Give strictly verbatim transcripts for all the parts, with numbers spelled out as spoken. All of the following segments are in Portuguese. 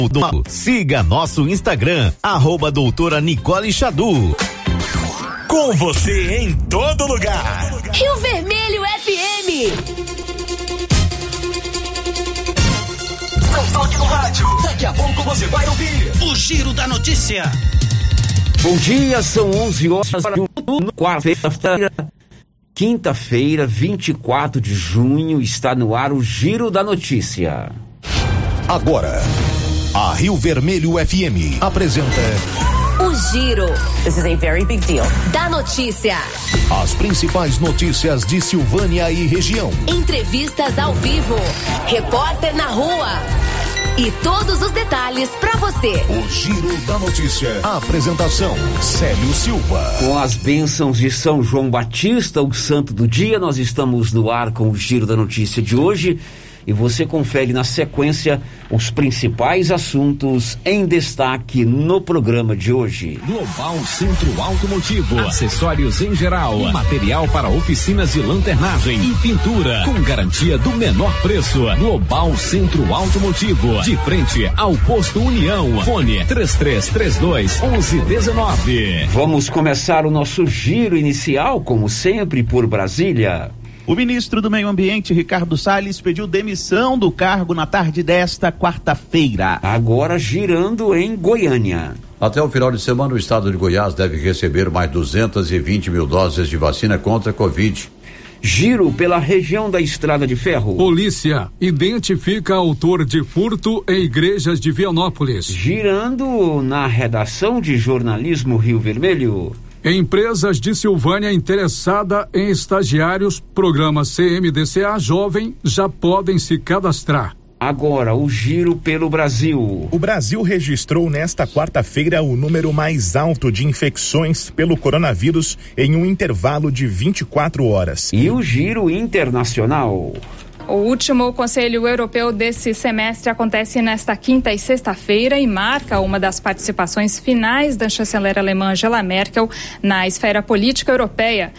Siga nosso Instagram, arroba doutora Nicole Xadu. Com você em todo lugar. Rio Vermelho F M. Não toque no rádio. Daqui a pouco você vai ouvir o Giro da Notícia. Bom dia, são onze horas, quarta-feira, quinta-feira, vinte e quatro de junho, está no ar o Giro da Notícia. Agora, a Rio Vermelho F M apresenta o Giro. This is a very big deal. Da notícia. As principais notícias de Silvânia e região. Entrevistas ao vivo. Repórter na rua. E todos os detalhes para você. O Giro da Notícia. A apresentação, Célio Silva. Com as bênçãos de São João Batista, o santo do dia, nós estamos no ar com o Giro da Notícia de hoje. E você confere na sequência os principais assuntos em destaque no programa de hoje. Global Centro Automotivo, acessórios em geral, material para oficinas de lanternagem e pintura, com garantia do menor preço. Global Centro Automotivo, de frente ao Posto União. Fone três três três dois, onze dezenove. Vamos começar o nosso giro inicial, como sempre, por Brasília. O ministro do Meio Ambiente, Ricardo Salles, pediu demissão do cargo na tarde desta quarta-feira. Agora girando em Goiânia. Até o final de semana, o estado de Goiás deve receber mais duzentas e vinte mil doses de vacina contra a Covid. Giro pela região da Estrada de Ferro. Polícia identifica autor de furto em igrejas de Vianópolis. Girando na redação de jornalismo Rio Vermelho. Empresas de Silvânia interessada em estagiários, programa C M D C A Jovem, já podem se cadastrar. Agora, o giro pelo Brasil. O Brasil registrou nesta quarta-feira o número mais alto de infecções pelo coronavírus em um intervalo de vinte e quatro horas. E o giro internacional. O último Conselho Europeu desse semestre acontece nesta quinta e sexta-feira e marca uma das participações finais da chanceler alemã Angela Merkel na esfera política europeia.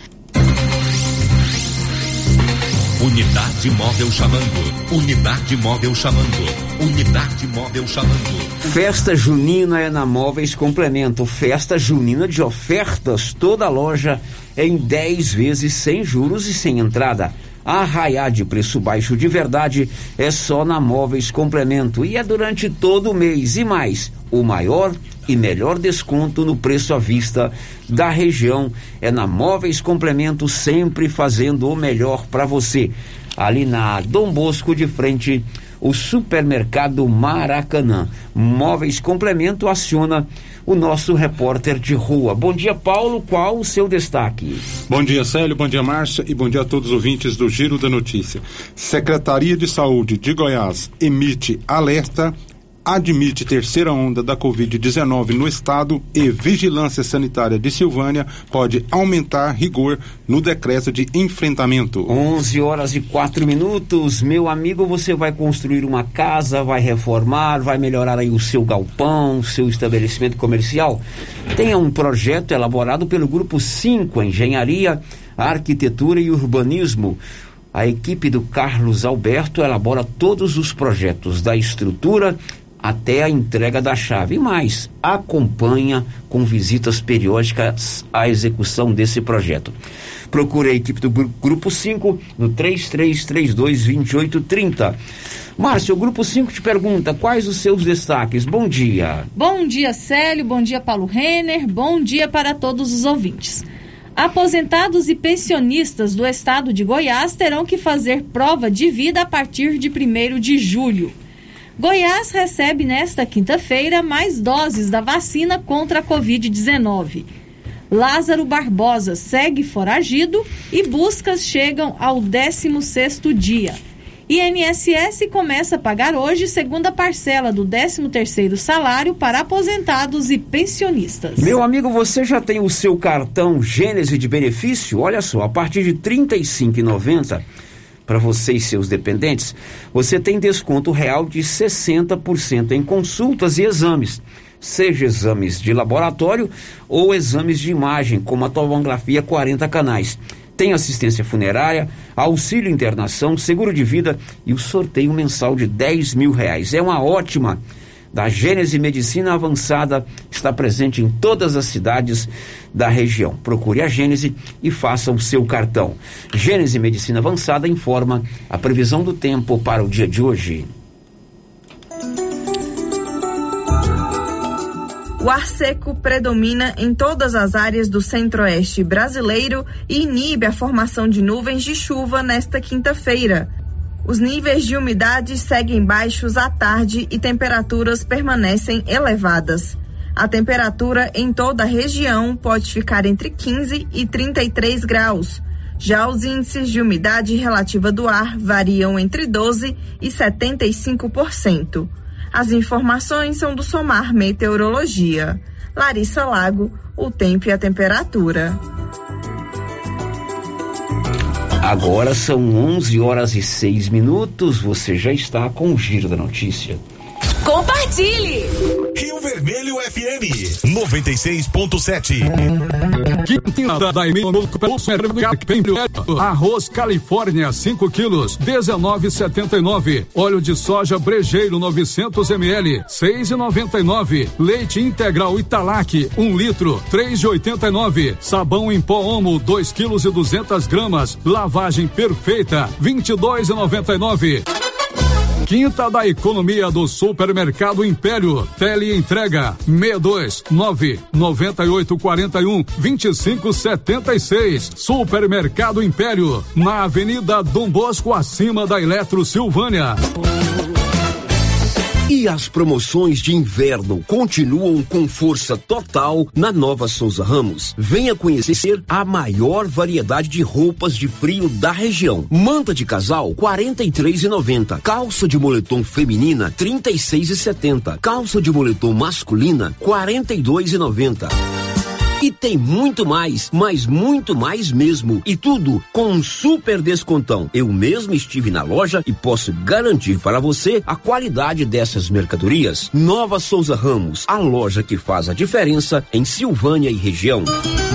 Unidade móvel chamando, unidade móvel chamando, unidade móvel chamando. Festa junina é na Móveis Complemento, festa junina de ofertas, toda loja em dez vezes sem juros e sem entrada. Arraiar de preço baixo de verdade é só na Móveis Complemento e é durante todo o mês. E mais, o maior e melhor desconto no preço à vista da região é na Móveis Complemento, sempre fazendo o melhor para você. Ali na Dom Bosco, de frente o supermercado Maracanã. Móveis Complemento aciona o nosso repórter de rua. Bom dia, Paulo, qual o seu destaque? Bom dia, Célio, bom dia, Márcia, e bom dia a todos os ouvintes do Giro da Notícia. Secretaria de Saúde de Goiás emite alerta, admite terceira onda da covid dezenove no estado e Vigilância Sanitária de Silvânia pode aumentar rigor no decreto de enfrentamento. onze horas e quatro minutos. Meu amigo, você vai construir uma casa, vai reformar, vai melhorar aí o seu galpão, o seu estabelecimento comercial? Tenha um projeto elaborado pelo Grupo cinco, Engenharia, Arquitetura e Urbanismo. A equipe do Carlos Alberto elabora todos os projetos, da estrutura até a entrega da chave. E mais, acompanha com visitas periódicas a execução desse projeto. Procure a equipe do Grupo cinco no três três três dois, dois oito três zero. Márcio, o Grupo cinco te pergunta quais os seus destaques. Bom dia. Bom dia, Célio. Bom dia, Paulo Renner. Bom dia para todos os ouvintes. Aposentados e pensionistas do estado de Goiás terão que fazer prova de vida a partir de primeiro de julho. Goiás recebe nesta quinta-feira mais doses da vacina contra a covid dezenove. Lázaro Barbosa segue foragido e buscas chegam ao décimo sexto dia. I N S S começa a pagar hoje segunda parcela do décimo terceiro salário para aposentados e pensionistas. Meu amigo, você já tem o seu cartão Gênese de benefício? Olha só, a partir de trinta e cinco reais e noventa centavos para você e seus dependentes, você tem desconto real de sessenta por cento em consultas e exames, seja exames de laboratório ou exames de imagem, como a tomografia quarenta canais. Tem assistência funerária, auxílio internação, seguro de vida e o sorteio mensal de dez mil reais. É uma ótima da Gênese Medicina Avançada está presente em todas as cidades da região. Procure a Gênese e faça o seu cartão. Gênese Medicina Avançada informa a previsão do tempo para o dia de hoje. O ar seco predomina em todas as áreas do centro-oeste brasileiro e inibe a formação de nuvens de chuva nesta quinta-feira. Os níveis de umidade seguem baixos à tarde e temperaturas permanecem elevadas. A temperatura em toda a região pode ficar entre quinze e trinta e três graus. Já os índices de umidade relativa do ar variam entre doze e setenta e cinco por cento. As informações são do Somar Meteorologia. Larissa Lago, o tempo e a temperatura. Agora são onze horas e seis minutos. Você já está com o Giro da Notícia. Compartilhe! Rio Vermelho F M noventa e seis ponto sete. Quinta da Emílio pelo supermercado. Arroz Califórnia cinco quilos, dezenove e setenta e nove. Óleo de soja Brejeiro novecentos mililitros, seis e noventa e nove. Leite integral Italac um litro, três e oitenta e nove. Sabão em pó Omo dois quilos e duzentas gramas. Lavagem perfeita vinte e dois e noventa e nove. Quinta da economia do Supermercado Império. Tele entrega seis dois nove nove oito quatro um dois cinco sete seis. Supermercado Império, na Avenida Dom Bosco, acima da Eletro Silvânia. E as promoções de inverno continuam com força total na Nova Souza Ramos. Venha conhecer a maior variedade de roupas de frio da região. Manta de casal quarenta e três reais e noventa centavos. Calça de moletom feminina trinta e seis reais e setenta centavos. Calça de moletom masculina quarenta e dois reais e noventa centavos. E tem muito mais, mas muito mais mesmo. E tudo com um super descontão. Eu mesmo estive na loja e posso garantir para você a qualidade dessas mercadorias. Nova Souza Ramos, a loja que faz a diferença em Silvânia e região.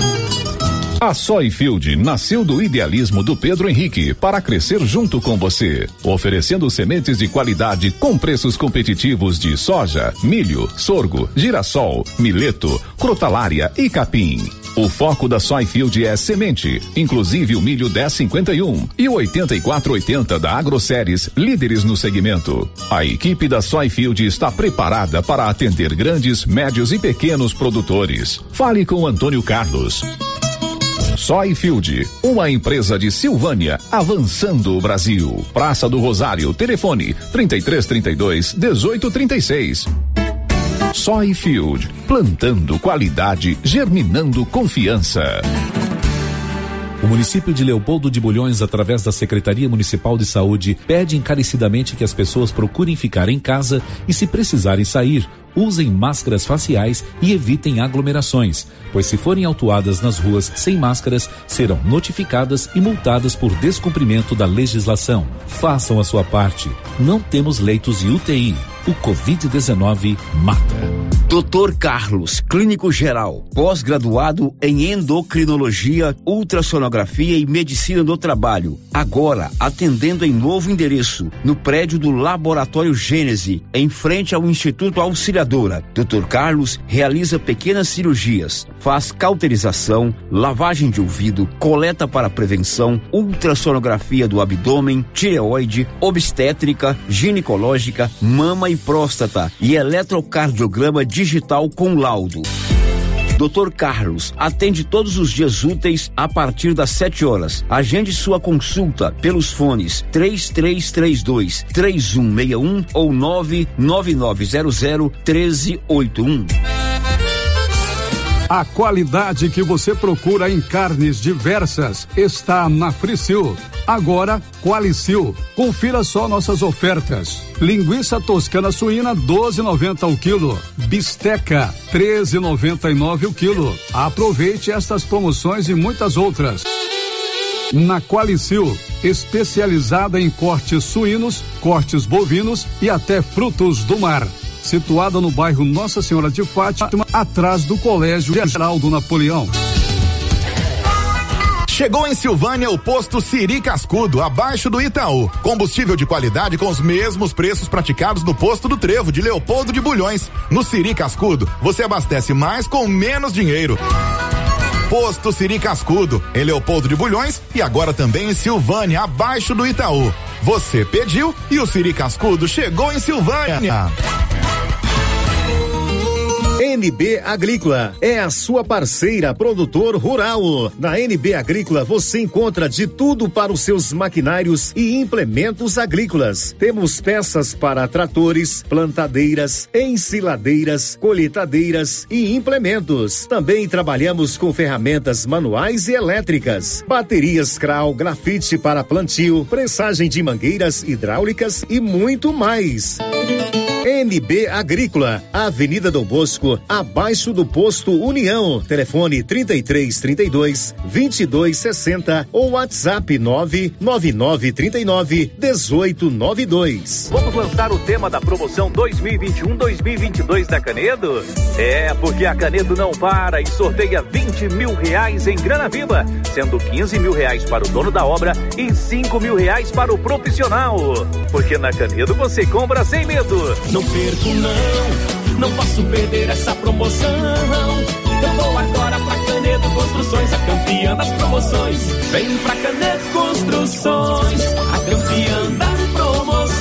A Soyfield nasceu do idealismo do Pedro Henrique para crescer junto com você, oferecendo sementes de qualidade com preços competitivos de soja, milho, sorgo, girassol, mileto, crotalária e capim. O foco da Soyfield é semente, inclusive o milho dez cinquenta e um e o oitenta e quatro oitenta da AgroSéries, líderes no segmento. A equipe da Soyfield está preparada para atender grandes, médios e pequenos produtores. Fale com Antônio Carlos. Soyfield, uma empresa de Silvânia, avançando o Brasil. Praça do Rosário, telefone trinta e três, trinta e dois, dezoito, trinta e seis. Soyfield, plantando qualidade, germinando confiança. O município de Leopoldo de Bulhões, através da Secretaria Municipal de Saúde, pede encarecidamente que as pessoas procurem ficar em casa e, se precisarem sair, usem máscaras faciais e evitem aglomerações, pois se forem autuadas nas ruas sem máscaras, serão notificadas e multadas por descumprimento da legislação. Façam a sua parte. Não temos leitos de U T I. O covid dezenove mata. doutor Carlos, clínico geral, pós-graduado em endocrinologia, ultrassonografia e medicina do trabalho. Agora atendendo em novo endereço, no prédio do Laboratório Gênese, em frente ao Instituto Auxiliadora. doutor Carlos realiza pequenas cirurgias, faz cauterização, lavagem de ouvido, coleta para prevenção, ultrassonografia do abdômen, tireoide, obstétrica, ginecológica, mama e próstata e eletrocardiograma digital com laudo. doutor Carlos atende todos os dias úteis a partir das sete horas. Agende sua consulta pelos fones três três três dois, três um seis um ou nove nove nove zero zero, um três oito um. A qualidade que você procura em carnes diversas está na Fricil. Agora, Qualicil. Confira só nossas ofertas. Linguiça toscana suína doze e noventa o quilo. Bisteca treze e noventa e nove o quilo. Aproveite estas promoções e muitas outras. Na Qualicil, especializada em cortes suínos, cortes bovinos e até frutos do mar. Situada no bairro Nossa Senhora de Fátima, atrás do Colégio Geraldo Napoleão. Chegou em Silvânia o posto Siri Cascudo, abaixo do Itaú. Combustível de qualidade com os mesmos preços praticados no posto do Trevo de Leopoldo de Bulhões. No Siri Cascudo, você abastece mais com menos dinheiro. Posto Siri Cascudo, em Leopoldo de Bulhões e agora também em Silvânia, abaixo do Itaú. Você pediu e o Siri Cascudo chegou em Silvânia. N B Agrícola é a sua parceira produtor rural. Na N B Agrícola você encontra de tudo para os seus maquinários e implementos agrícolas. Temos peças para tratores, plantadeiras, ensiladeiras, colheitadeiras e implementos. Também trabalhamos com ferramentas manuais e elétricas, baterias Kral, grafite para plantio, pressagem de mangueiras hidráulicas e muito mais. N B Agrícola, Avenida Dom Bosco, abaixo do posto União. Telefone trinta e três, trinta e dois, vinte e dois, sessenta ou WhatsApp nove nove nove, trinta e nove, dezoito noventa e dois. Vamos lançar o tema da promoção dois mil e vinte e um, dois mil e vinte e dois da Canedo? É, porque a Canedo não para e sorteia vinte mil reais em grana viva, sendo quinze mil reais para o dono da obra e cinco mil reais para o profissional. Porque na Canedo você compra sem medo. Não perco não, não posso perder essa promoção. Eu vou agora pra Canedo Construções, a campeã das promoções. Vem pra Canedo Construções, a campeã das promoções.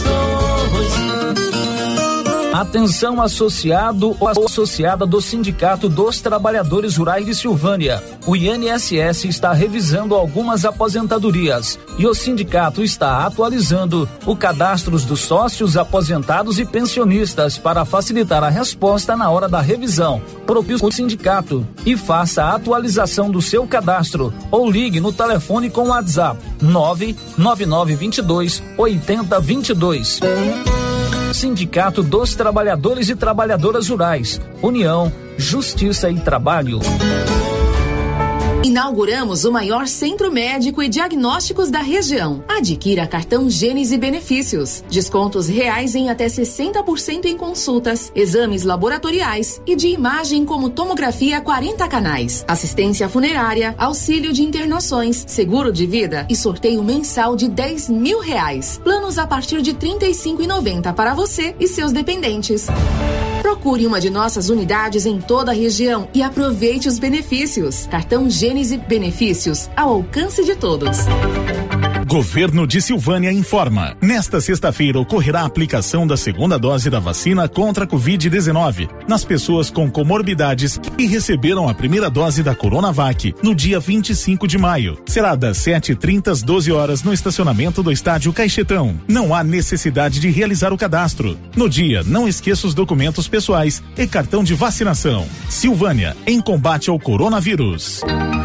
Atenção associado ou associada do Sindicato dos Trabalhadores Rurais de Silvânia. O I N S S está revisando algumas aposentadorias e o sindicato está atualizando o cadastro dos sócios, aposentados e pensionistas para facilitar a resposta na hora da revisão. Procure o sindicato e faça a atualização do seu cadastro ou ligue no telefone com o WhatsApp nove nove nove dois dois, oito zero dois dois. Sindicato dos Trabalhadores e Trabalhadoras Rurais, União, Justiça e Trabalho. Inauguramos o maior centro médico e diagnósticos da região. Adquira cartão Gênese Benefícios. Descontos reais em até sessenta por cento em consultas, exames laboratoriais e de imagem como tomografia quarenta canais. Assistência funerária, auxílio de internações, seguro de vida e sorteio mensal de dez mil reais. Planos a partir de trinta e cinco reais e noventa centavos para você e seus dependentes. Procure uma de nossas unidades em toda a região e aproveite os benefícios. Cartão Gênese Benefícios, ao alcance de todos. Governo de Silvânia informa. Nesta sexta-feira ocorrerá a aplicação da segunda dose da vacina contra a covid dezenove nas pessoas com comorbidades que receberam a primeira dose da Coronavac no dia vinte e cinco de maio. Será das sete e trinta às doze horas no estacionamento do estádio Caixetão. Não há necessidade de realizar o cadastro. No dia, não esqueça os documentos pessoais e cartão de vacinação. Silvânia, em combate ao coronavírus.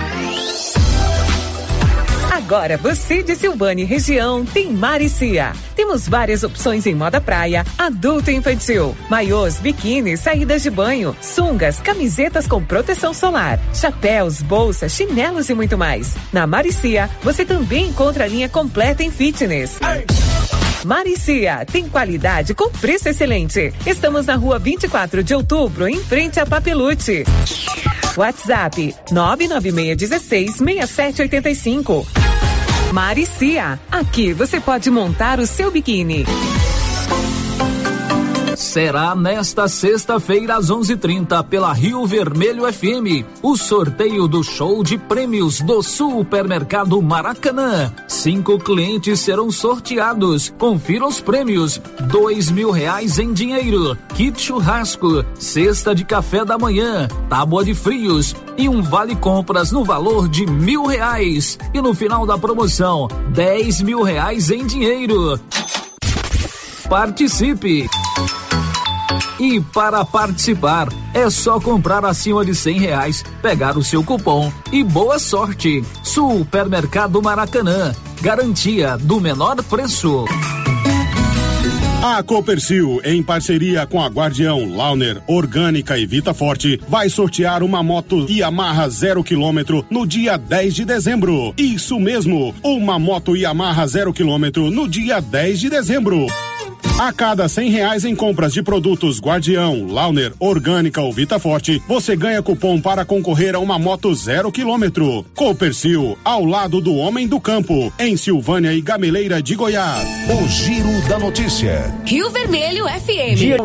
Agora você de Silvânia e região tem Maricia. Temos várias opções em moda praia, adulto e infantil, maiôs, biquínis, saídas de banho, sungas, camisetas com proteção solar, chapéus, bolsas, chinelos e muito mais. Na Maricia, você também encontra a linha completa em fitness. Ei! Maricia, tem qualidade com preço excelente. Estamos na rua vinte e quatro de outubro, em frente a Papelute. WhatsApp nove nove seis um seis, seis sete oito cinco. Maricia, aqui você pode montar o seu biquíni. Será nesta sexta-feira às onze e trinta pela Rio Vermelho F M o sorteio do show de prêmios do Supermercado Maracanã. Cinco clientes serão sorteados. Confira os prêmios: dois mil reais em dinheiro, kit churrasco, cesta de café da manhã, tábua de frios e um vale compras no valor de mil reais. E no final da promoção, dez mil reais em dinheiro. Participe! E para participar, é só comprar acima de cem reais, pegar o seu cupom e boa sorte. Supermercado Maracanã, garantia do menor preço. A Copercil, em parceria com a Guardião, Launer, Orgânica e Vita Forte, vai sortear uma moto Yamaha zero quilômetro no dia dez de dezembro. Isso mesmo, uma moto Yamaha zero quilômetro no dia dez de dezembro. A cada cem reais em compras de produtos Guardião, Launer, Orgânica ou Vitaforte, você ganha cupom para concorrer a uma moto zero quilômetro. Copercil, ao lado do homem do campo, em Silvânia e Gameleira de Goiás. O Giro da Notícia. Rio Vermelho F M. Giro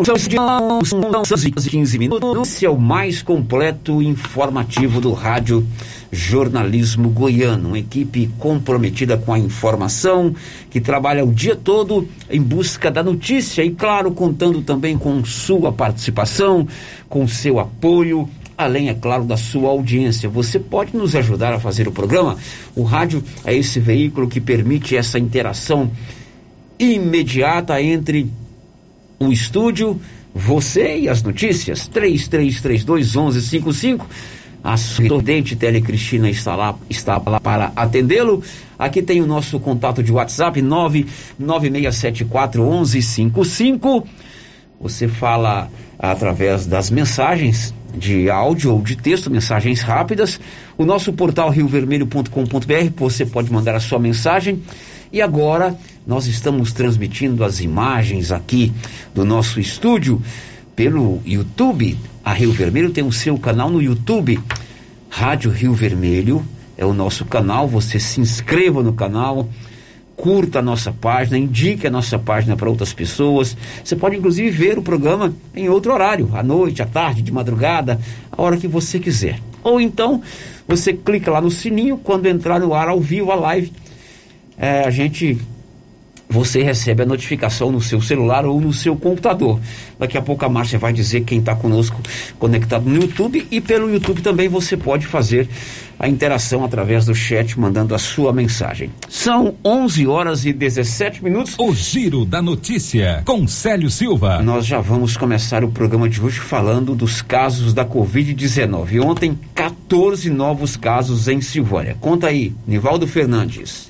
de quinze minutos. Esse é o mais completo informativo do rádio Jornalismo Goiano, uma equipe comprometida com a informação, que trabalha o dia todo em busca da notícia e, claro, contando também com sua participação, com seu apoio, além, é claro, da sua audiência. Você pode nos ajudar a fazer o programa. O rádio é esse veículo que permite essa interação imediata entre o estúdio, você e as notícias. Três três três dois, onze cinquenta e cinco. A sorridente Telecristina está lá, está lá para atendê-lo. Aqui tem o nosso contato de WhatsApp, nove nove seis sete quatro, onze cinquenta e cinco. Você fala através das mensagens de áudio ou de texto, mensagens rápidas. O nosso portal rio vermelho ponto com ponto b r, você pode mandar a sua mensagem. E agora nós estamos transmitindo as imagens aqui do nosso estúdio pelo YouTube. A Rio Vermelho tem o seu canal no YouTube. Rádio Rio Vermelho é o nosso canal. Você se inscreva no canal, curta a nossa página, indique a nossa página para outras pessoas. Você pode inclusive ver o programa em outro horário, à noite, à tarde, de madrugada, a hora que você quiser. Ou então você clica lá no sininho, quando entrar no ar ao vivo a live, é, a gente... você recebe a notificação no seu celular ou no seu computador. Daqui a pouco a Márcia vai dizer quem está conosco conectado no YouTube, e pelo YouTube também você pode fazer a interação através do chat, mandando a sua mensagem. São onze horas e dezessete minutos. O Giro da Notícia, com Célio Silva. Nós já vamos começar o programa de hoje falando dos casos da covid dezenove. Ontem, quatorze novos casos em Silvânia. Conta aí, Nivaldo Fernandes.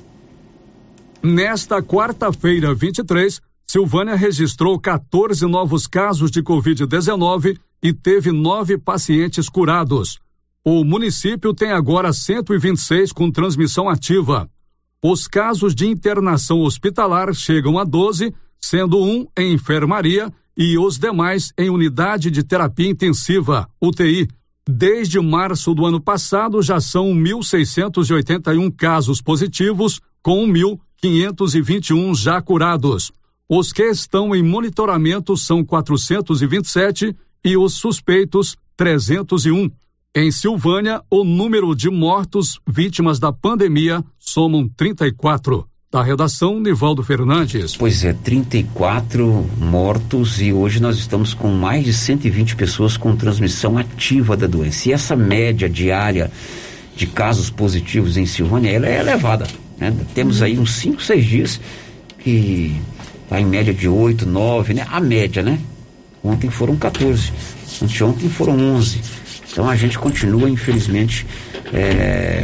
Nesta quarta-feira, vinte e três, Silvânia registrou quatorze novos casos de covid dezenove e teve nove pacientes curados. O município tem agora cento e vinte e seis com transmissão ativa. Os casos de internação hospitalar chegam a doze, sendo um em enfermaria e os demais em unidade de terapia intensiva, U T I. Desde março do ano passado, já são mil seiscentos e oitenta e um casos positivos, com mil quinhentos e vinte e um já curados. Os que estão em monitoramento são quatrocentos e vinte e sete e os suspeitos trezentos e um. Em Silvânia, o número de mortos vítimas da pandemia somam trinta e quatro. Da redação, Nivaldo Fernandes. Pois é, trinta e quatro mortos, e hoje nós estamos com mais de cento e vinte pessoas com transmissão ativa da doença. E essa média diária de casos positivos em Silvânia, ela é elevada, né? Temos aí uns cinco, seis dias que está em média de oito, nove, né? A média, né? Ontem foram quatorze, anteontem foram onze. Então a gente continua, infelizmente, é,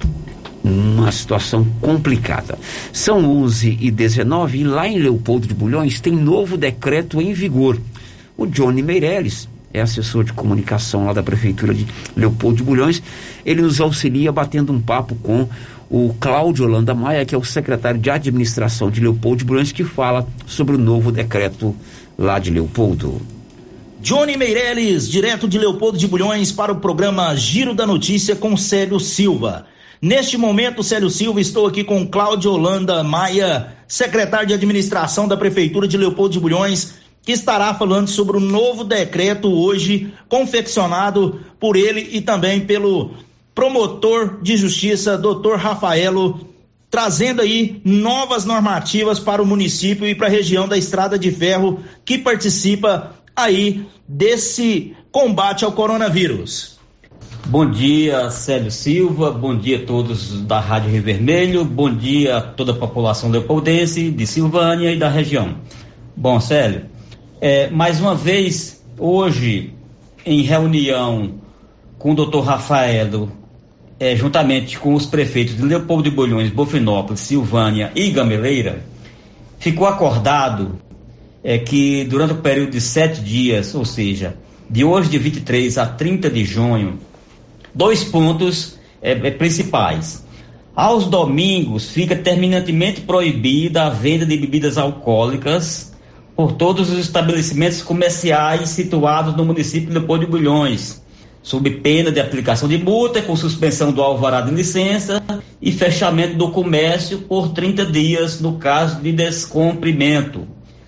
numa situação complicada. São onze e dezenove, e lá em Leopoldo de Bulhões tem novo decreto em vigor. O Johnny Meirelles é assessor de comunicação lá da Prefeitura de Leopoldo de Bulhões. Ele nos auxilia batendo um papo com o Cláudio Holanda Maia, que é o secretário de administração de Leopoldo de Bulhões, que fala sobre o novo decreto lá de Leopoldo. Johnny Meirelles, direto de Leopoldo de Bulhões, para o programa Giro da Notícia com Célio Silva. Neste momento, Célio Silva, estou aqui com Cláudio Holanda Maia, secretário de administração da Prefeitura de Leopoldo de Bulhões, que estará falando sobre o novo decreto hoje, confeccionado por ele e também pelo promotor de justiça, doutor Rafaelo, trazendo aí novas normativas para o município e para a região da Estrada de Ferro, que participa aí desse combate ao coronavírus. Bom dia, Célio Silva, bom dia a todos da Rádio Rio Vermelho, bom dia a toda a população leopoldense, de Silvânia e da região. Bom, Célio, é, mais uma vez, hoje, em reunião com o doutor Rafaelo, é, juntamente com os prefeitos de Leopoldo de Bulhões, Bofinópolis, Silvânia e Gameleira, ficou acordado é, que durante o período de sete dias, ou seja, de hoje de vinte e três a trinta de junho, dois pontos é, é, principais. Aos domingos fica terminantemente proibida a venda de bebidas alcoólicas por todos os estabelecimentos comerciais situados no município de Leopoldo de Bulhões, sob pena de aplicação de multa, com suspensão do alvará de licença e fechamento do comércio por trinta dias no caso de descumprimento.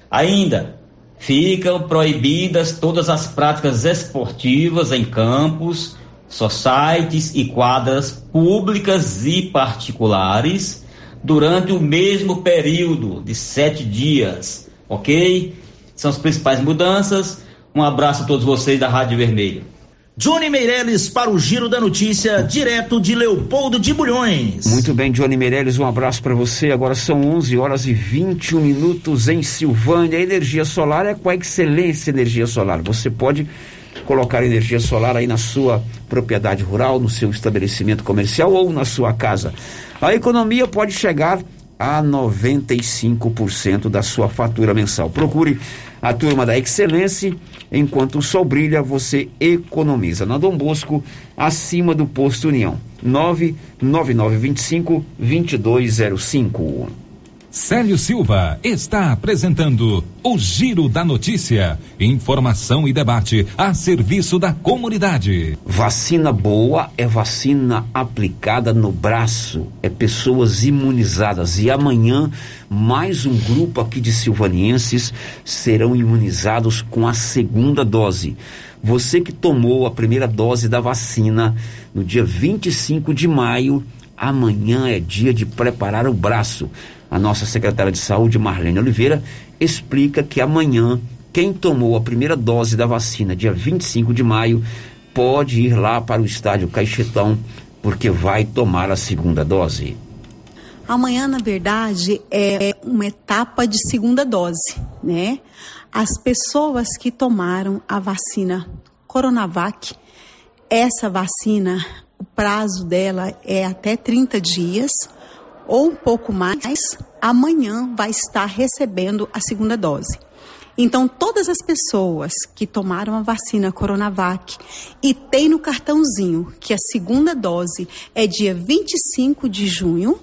Ainda ficam proibidas todas as práticas esportivas em campos, societies e quadras públicas e particulares durante o mesmo período de sete dias, ok? São as principais mudanças. Um abraço a todos vocês da Rádio Vermelho. Johnny Meirelles para o Giro da Notícia, direto de Leopoldo de Bulhões. Muito bem, Johnny Meirelles, um abraço para você. Agora são onze horas e vinte e um minutos em Silvânia. A energia solar é com a Excelência Energia Solar. Você pode colocar energia solar aí na sua propriedade rural, no seu estabelecimento comercial ou na sua casa. A economia pode chegar a noventa e cinco por cento da sua fatura mensal. Procure a turma da Excelência. Enquanto o sol brilha, você economiza. Na Dom Bosco, acima do Posto União. nove nove nove dois cinco, dois dois zero cinco. Célio Silva está apresentando o Giro da Notícia. Informação e debate a serviço da comunidade. Vacina boa é vacina aplicada no braço, é pessoas imunizadas. E amanhã, mais um grupo aqui de silvanienses serão imunizados com a segunda dose. Você que tomou a primeira dose da vacina no dia vinte e cinco de maio, amanhã é dia de preparar o braço. A nossa secretária de saúde, Marlene Oliveira, explica que amanhã, quem tomou a primeira dose da vacina, dia vinte e cinco de maio, pode ir lá para o estádio Caixetão, porque vai tomar a segunda dose. Amanhã, na verdade, é uma etapa de segunda dose, né? As pessoas que tomaram a vacina Coronavac, essa vacina, o prazo dela é até trinta dias, ou um pouco mais, amanhã vai estar recebendo a segunda dose. Então, todas as pessoas que tomaram a vacina Coronavac e tem no cartãozinho que a segunda dose é dia vinte e cinco de junho,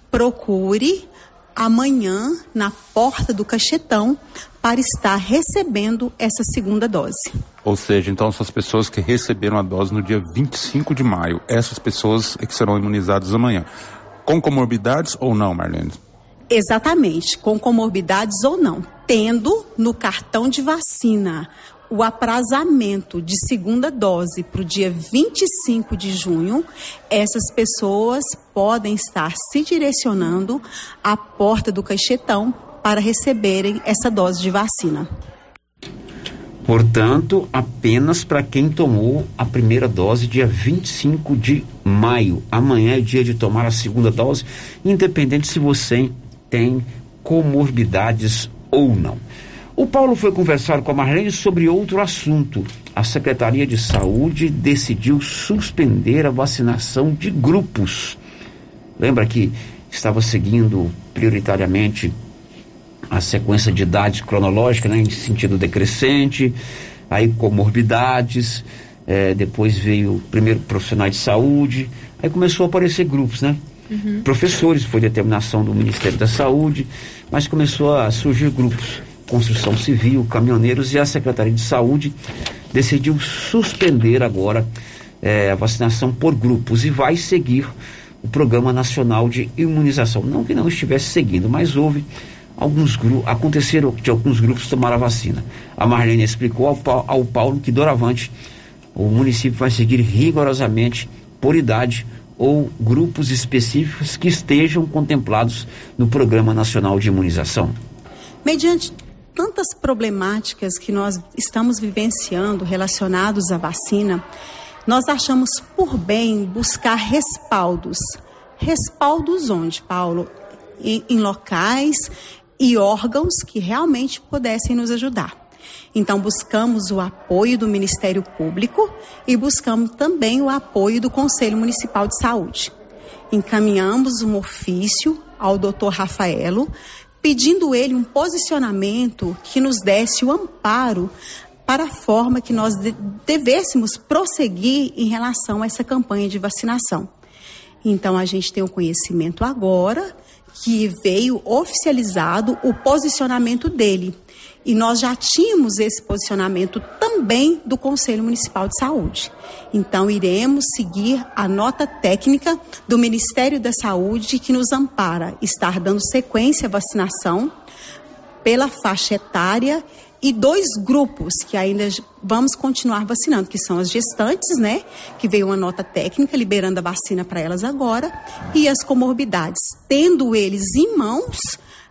procure amanhã na porta do Caixetão para estar recebendo essa segunda dose. Ou seja, então essas pessoas que receberam a dose no dia vinte e cinco de maio, essas pessoas é que serão imunizadas amanhã. Com comorbidades ou não, Marlene? Exatamente, com comorbidades ou não. Tendo no cartão de vacina o aprazamento de segunda dose para o dia vinte e cinco de junho, essas pessoas podem estar se direcionando à porta do Caixetão para receberem essa dose de vacina. Portanto, apenas para quem tomou a primeira dose dia vinte e cinco de maio. Amanhã é dia de tomar a segunda dose, independente se você tem comorbidades ou não. O Paulo foi conversar com a Marlene sobre outro assunto. A Secretaria de Saúde decidiu suspender a vacinação de grupos. Lembra que estava seguindo prioritariamente a sequência de idade cronológica, né, em sentido decrescente, aí comorbidades, eh, depois veio primeiro profissionais de saúde, aí começou a aparecer grupos, né? Uhum. Professores, foi determinação do Ministério da Saúde, mas começou a surgir grupos, construção civil, caminhoneiros, e a Secretaria de Saúde decidiu suspender agora eh, a vacinação por grupos e vai seguir o Programa Nacional de Imunização. Não que não estivesse seguindo, mas houve alguns grupos, aconteceram de alguns grupos tomar a vacina. A Marlene explicou ao, ao Paulo que doravante o município vai seguir rigorosamente por idade ou grupos específicos que estejam contemplados no Programa Nacional de Imunização. Mediante tantas problemáticas que nós estamos vivenciando relacionados à vacina, nós achamos por bem buscar respaldos. Respaldos onde, Paulo? Em, em locais e órgãos que realmente pudessem nos ajudar. Então, buscamos o apoio do Ministério Público e buscamos também o apoio do Conselho Municipal de Saúde. Encaminhamos um ofício ao doutor Rafaelo, pedindo ele um posicionamento que nos desse o amparo para a forma que nós de- devêssemos prosseguir em relação a essa campanha de vacinação. Então, a gente tem o conhecimento agora que veio oficializado o posicionamento dele. E nós já tínhamos esse posicionamento também do Conselho Municipal de Saúde. Então, iremos seguir a nota técnica do Ministério da Saúde que nos ampara estar dando sequência à vacinação pela faixa etária e dois grupos que ainda vamos continuar vacinando, que são as gestantes, né? Que veio uma nota técnica liberando a vacina para elas agora, e as comorbidades, tendo eles em mãos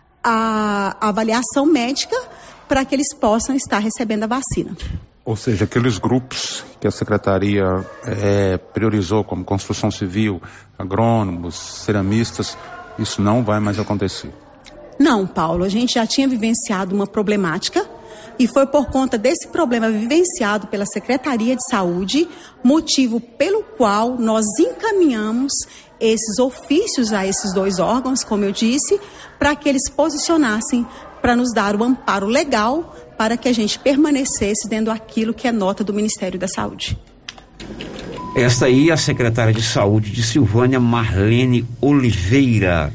a, a avaliação médica para que eles possam estar recebendo a vacina. Ou seja, aqueles grupos que a Secretaria é, priorizou, como construção civil, agrônomos, ceramistas, isso não vai mais acontecer. Não, Paulo, a gente já tinha vivenciado uma problemática e foi por conta desse problema vivenciado pela Secretaria de Saúde, motivo pelo qual nós encaminhamos esses ofícios a esses dois órgãos, como eu disse, para que eles posicionassem para nos dar o amparo legal para que a gente permanecesse dentro daquilo que é nota do Ministério da Saúde. Esta aí é a secretária de Saúde de Silvânia, Marlene Oliveira.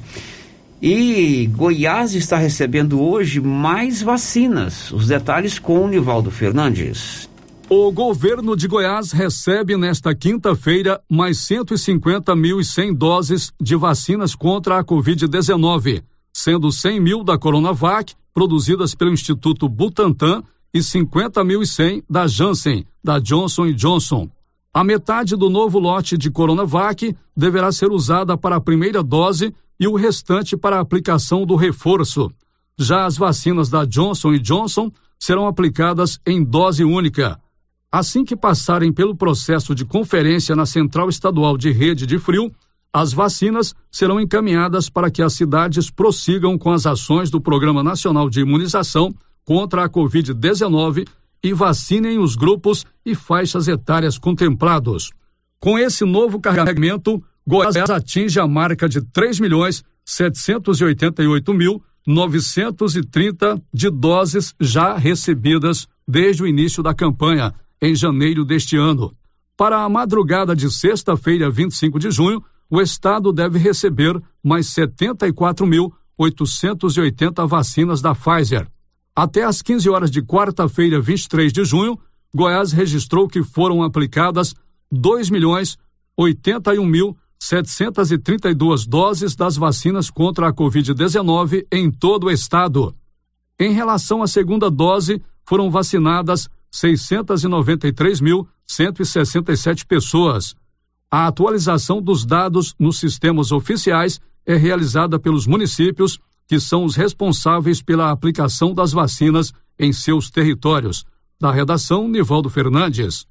E Goiás está recebendo hoje mais vacinas. Os detalhes com o Nivaldo Fernandes. O governo de Goiás recebe nesta quinta-feira mais cento e cinquenta mil e cem doses de vacinas contra a covid dezenove, sendo cem mil da Coronavac, produzidas pelo Instituto Butantan, e cinquenta mil e cem da Janssen, da Johnson e Johnson. A metade do novo lote de Coronavac deverá ser usada para a primeira dose e o restante para a aplicação do reforço. Já as vacinas da Johnson e Johnson serão aplicadas em dose única. Assim que passarem pelo processo de conferência na Central Estadual de Rede de Frio, as vacinas serão encaminhadas para que as cidades prossigam com as ações do Programa Nacional de Imunização contra a covid dezenove e vacinem os grupos e faixas etárias contemplados. Com esse novo carregamento, Goiás atinge a marca de três milhões setecentos e oitenta e oito mil novecentos e trinta de doses já recebidas desde o início da campanha, em janeiro deste ano. Para a madrugada de sexta-feira, vinte e cinco de junho, o estado deve receber mais setenta e quatro mil oitocentos e oitenta vacinas da Pfizer. Até às quinze horas de quarta-feira, vinte e três de junho, Goiás registrou que foram aplicadas dois milhões oitenta e um mil setecentos e trinta e duas doses das vacinas contra a covid dezenove em todo o estado. Em relação à segunda dose, foram vacinadas seiscentos e noventa e três mil cento e sessenta e sete pessoas. A atualização dos dados nos sistemas oficiais é realizada pelos municípios, que são os responsáveis pela aplicação das vacinas em seus territórios. Da redação, Nivaldo Fernandes.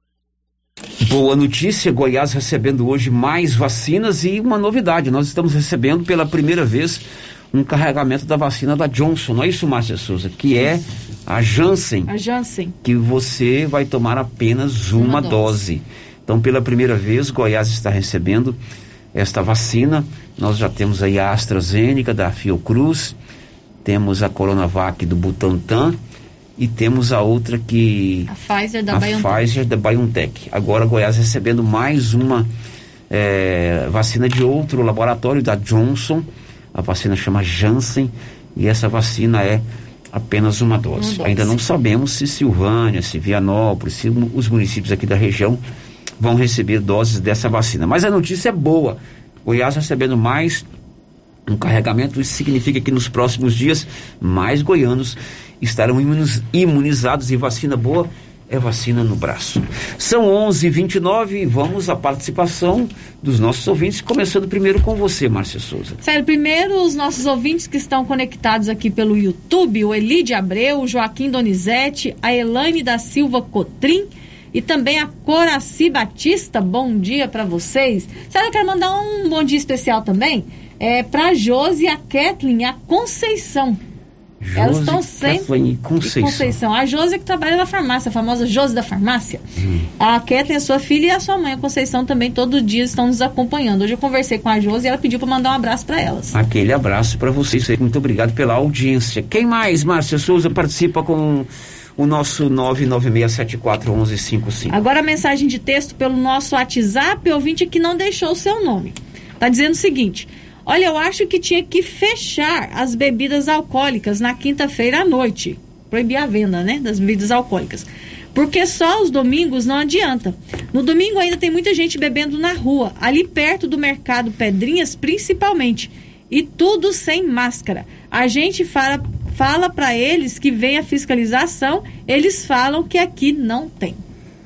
Boa notícia, Goiás recebendo hoje mais vacinas e uma novidade, nós estamos recebendo pela primeira vez um carregamento da vacina da Johnson, não é isso, Márcia Souza? Que é a Janssen. A Janssen. Que você vai tomar apenas uma, uma dose. dose. Então, pela primeira vez, Goiás está recebendo esta vacina. Nós já temos aí a AstraZeneca da Fiocruz, temos a Coronavac do Butantan e temos a outra que... A Pfizer da a BioNTech. Pfizer da BioNTech. Agora, Goiás recebendo mais uma é, vacina de outro laboratório, da Johnson. A vacina chama Janssen e essa vacina é apenas uma dose. Uma dose. Ainda não sabemos se Silvânia, se Vianópolis, se os municípios aqui da região vão receber doses dessa vacina. Mas a notícia é boa. Goiás recebendo mais um carregamento, isso significa que nos próximos dias mais goianos estarão imunizados, e vacina boa é vacina no braço. São onze e vinte e nove e vamos à participação dos nossos ouvintes, começando primeiro com você, Márcia Souza. Sério, primeiro os nossos ouvintes que estão conectados aqui pelo YouTube, o Elide Abreu, o Joaquim Donizete, a Elaine da Silva Cotrim e também a Coraci Batista. Bom dia para vocês. Sério, eu quero mandar um bom dia especial também é, para a Josi, a Kathleen e a Conceição. Josi, Elas estão sempre. Kathleen e Conceição. Conceição. A Josi que trabalha na farmácia, a famosa Josi da farmácia. Hum. A Kathleen, a sua filha, e a sua mãe, a Conceição, também todo dia estão nos acompanhando. Hoje eu conversei com a Josi e ela pediu para mandar um abraço para elas. Aquele abraço para vocês. Muito obrigado pela audiência. Quem mais, Márcia Souza, participa com o nosso nove nove seis sete quatro um um cinco cinco? Agora a mensagem de texto pelo nosso WhatsApp, ouvinte que não deixou o seu nome. Tá dizendo o seguinte: olha, eu acho que tinha que fechar as bebidas alcoólicas na quinta-feira à noite, proibir a venda, né, das bebidas alcoólicas. Porque só os domingos não adianta. No domingo ainda tem muita gente bebendo na rua, ali perto do mercado Pedrinhas principalmente, e tudo sem máscara. A gente fala, fala para eles que vem a fiscalização, eles falam que aqui não tem.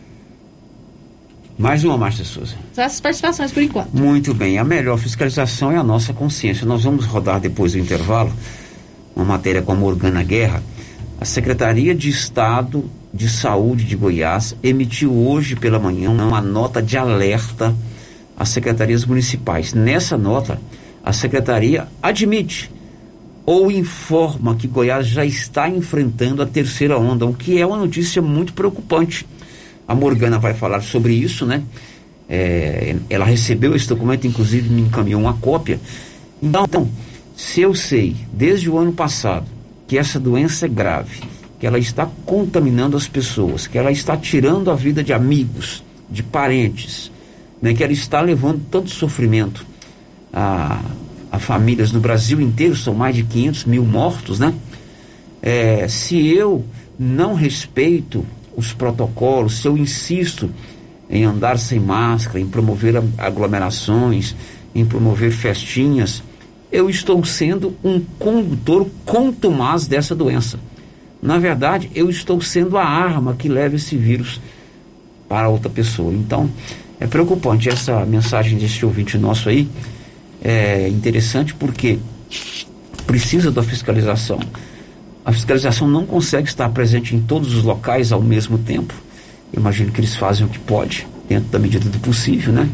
Mais uma, Márcia Souza. Só essas participações por enquanto. Muito bem, a melhor fiscalização é a nossa consciência. Nós vamos rodar depois do intervalo uma matéria com a Morgana Guerra. A Secretaria de Estado de Saúde de Goiás emitiu hoje pela manhã uma nota de alerta às secretarias municipais. Nessa nota, a Secretaria admite ou informa que Goiás já está enfrentando a terceira onda, o que é uma notícia muito preocupante. A Morgana vai falar sobre isso, né? É, ela recebeu esse documento, inclusive me encaminhou uma cópia. Então, se eu sei, desde o ano passado, que essa doença é grave, que ela está contaminando as pessoas, que ela está tirando a vida de amigos, de parentes, né? Que ela está levando tanto sofrimento a, a famílias no Brasil inteiro, são mais de quinhentos mil mortos, né? É, se eu não respeito os protocolos, se eu insisto em andar sem máscara, em promover aglomerações, em promover festinhas, eu estou sendo um condutor contumaz dessa doença. Na verdade, eu estou sendo a arma que leva esse vírus para outra pessoa. Então, é preocupante essa mensagem desse ouvinte nosso aí. É interessante porque precisa da fiscalização. A fiscalização não consegue estar presente em todos os locais ao mesmo tempo. Eu imagino que eles fazem o que pode, dentro da medida do possível, né?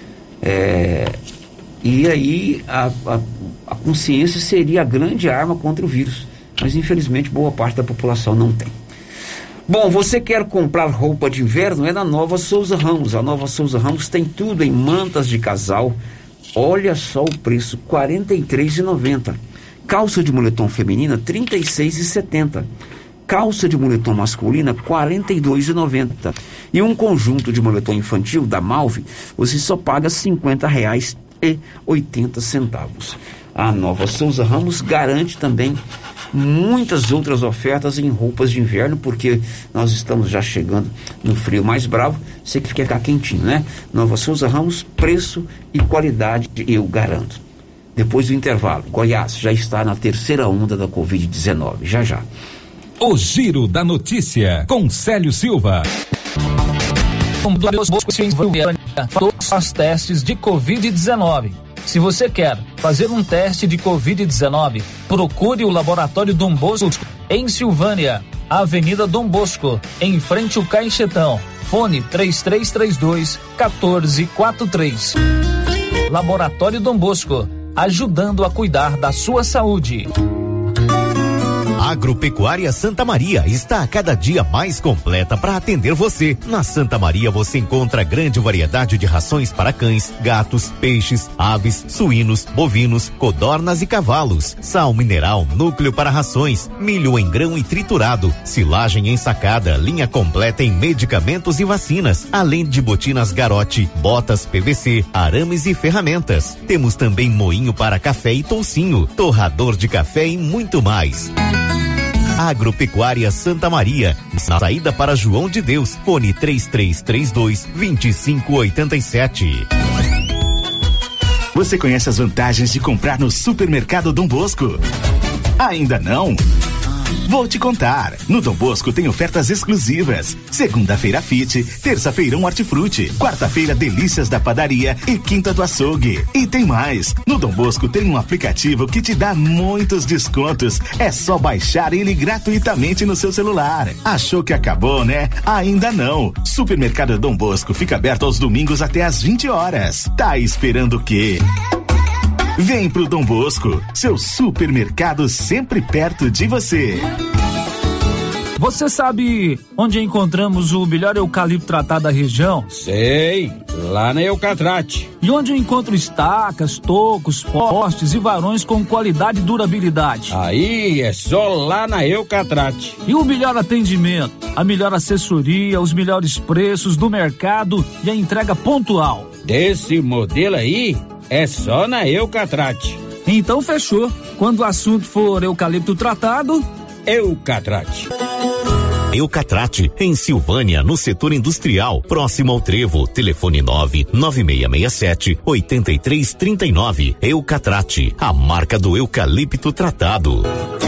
É, e aí a, a, a consciência seria a grande arma contra o vírus. Mas infelizmente boa parte da população não tem. Bom, você quer comprar roupa de inverno? É na Nova Souza Ramos. A Nova Souza Ramos tem tudo em mantas de casal. Olha só o preço, quarenta e três reais e noventa centavos. Calça de moletom feminina, trinta e seis reais e setenta centavos. Calça de moletom masculina, quarenta e dois reais e noventa centavos. E um conjunto de moletom infantil da Malve, você só paga cinquenta reais e oitenta centavos. A Nova Souza Ramos garante também muitas outras ofertas em roupas de inverno, porque nós estamos já chegando no frio mais bravo, você que quer ficar quentinho, né? Nova Souza Ramos, preço e qualidade, eu garanto. Depois do intervalo, Goiás já está na terceira onda da covid dezenove, já já. O Giro da Notícia, com Célio Silva. Todos os testes de covid dezenove. Se você quer fazer um teste de covid dezenove, procure o Laboratório Dom Bosco em Silvânia, Avenida Dom Bosco, em frente ao Caixetão. Fone três três três dois, um quatro quatro três. Laboratório Dom Bosco, ajudando a cuidar da sua saúde. Agropecuária Santa Maria está a cada dia mais completa para atender você. Na Santa Maria você encontra grande variedade de rações para cães, gatos, peixes, aves, suínos, bovinos, codornas e cavalos. Sal mineral, núcleo para rações, milho em grão e triturado, silagem ensacada, linha completa em medicamentos e vacinas, além de botinas Garote, botas P V C, arames e ferramentas. Temos também moinho para café e toucinho, torrador de café e muito mais. Agropecuária Santa Maria, na saída para João de Deus, fone três três três dois, dois cinco oito sete. Você conhece as vantagens de comprar no Supermercado Dom Bosco? Ainda não? Vou te contar. No Dom Bosco tem ofertas exclusivas. Segunda-feira Fit, terça-feirão Hortifruti, quarta-feira Delícias da Padaria e quinta do Açougue. E tem mais. No Dom Bosco tem um aplicativo que te dá muitos descontos. É só baixar ele gratuitamente no seu celular. Achou que acabou, né? Ainda não. Supermercado Dom Bosco fica aberto aos domingos até às vinte horas. Tá esperando o quê? Vem pro Dom Bosco, seu supermercado sempre perto de você. Você sabe onde encontramos o melhor eucalipto tratado da região? Sei, lá na Eucatrate. E onde eu encontro estacas, tocos, postes e varões com qualidade e durabilidade? Aí é só lá na Eucatrate. E o melhor atendimento, a melhor assessoria, os melhores preços do mercado e a entrega pontual. Desse modelo aí, é só na Eucatrate. Então fechou. Quando o assunto for eucalipto tratado, Eucatrate. Eucatrate, em Silvânia, no setor industrial, próximo ao Trevo. Telefone nove nove seis seis sete oito três três nove. Eucatrate, a marca do eucalipto tratado.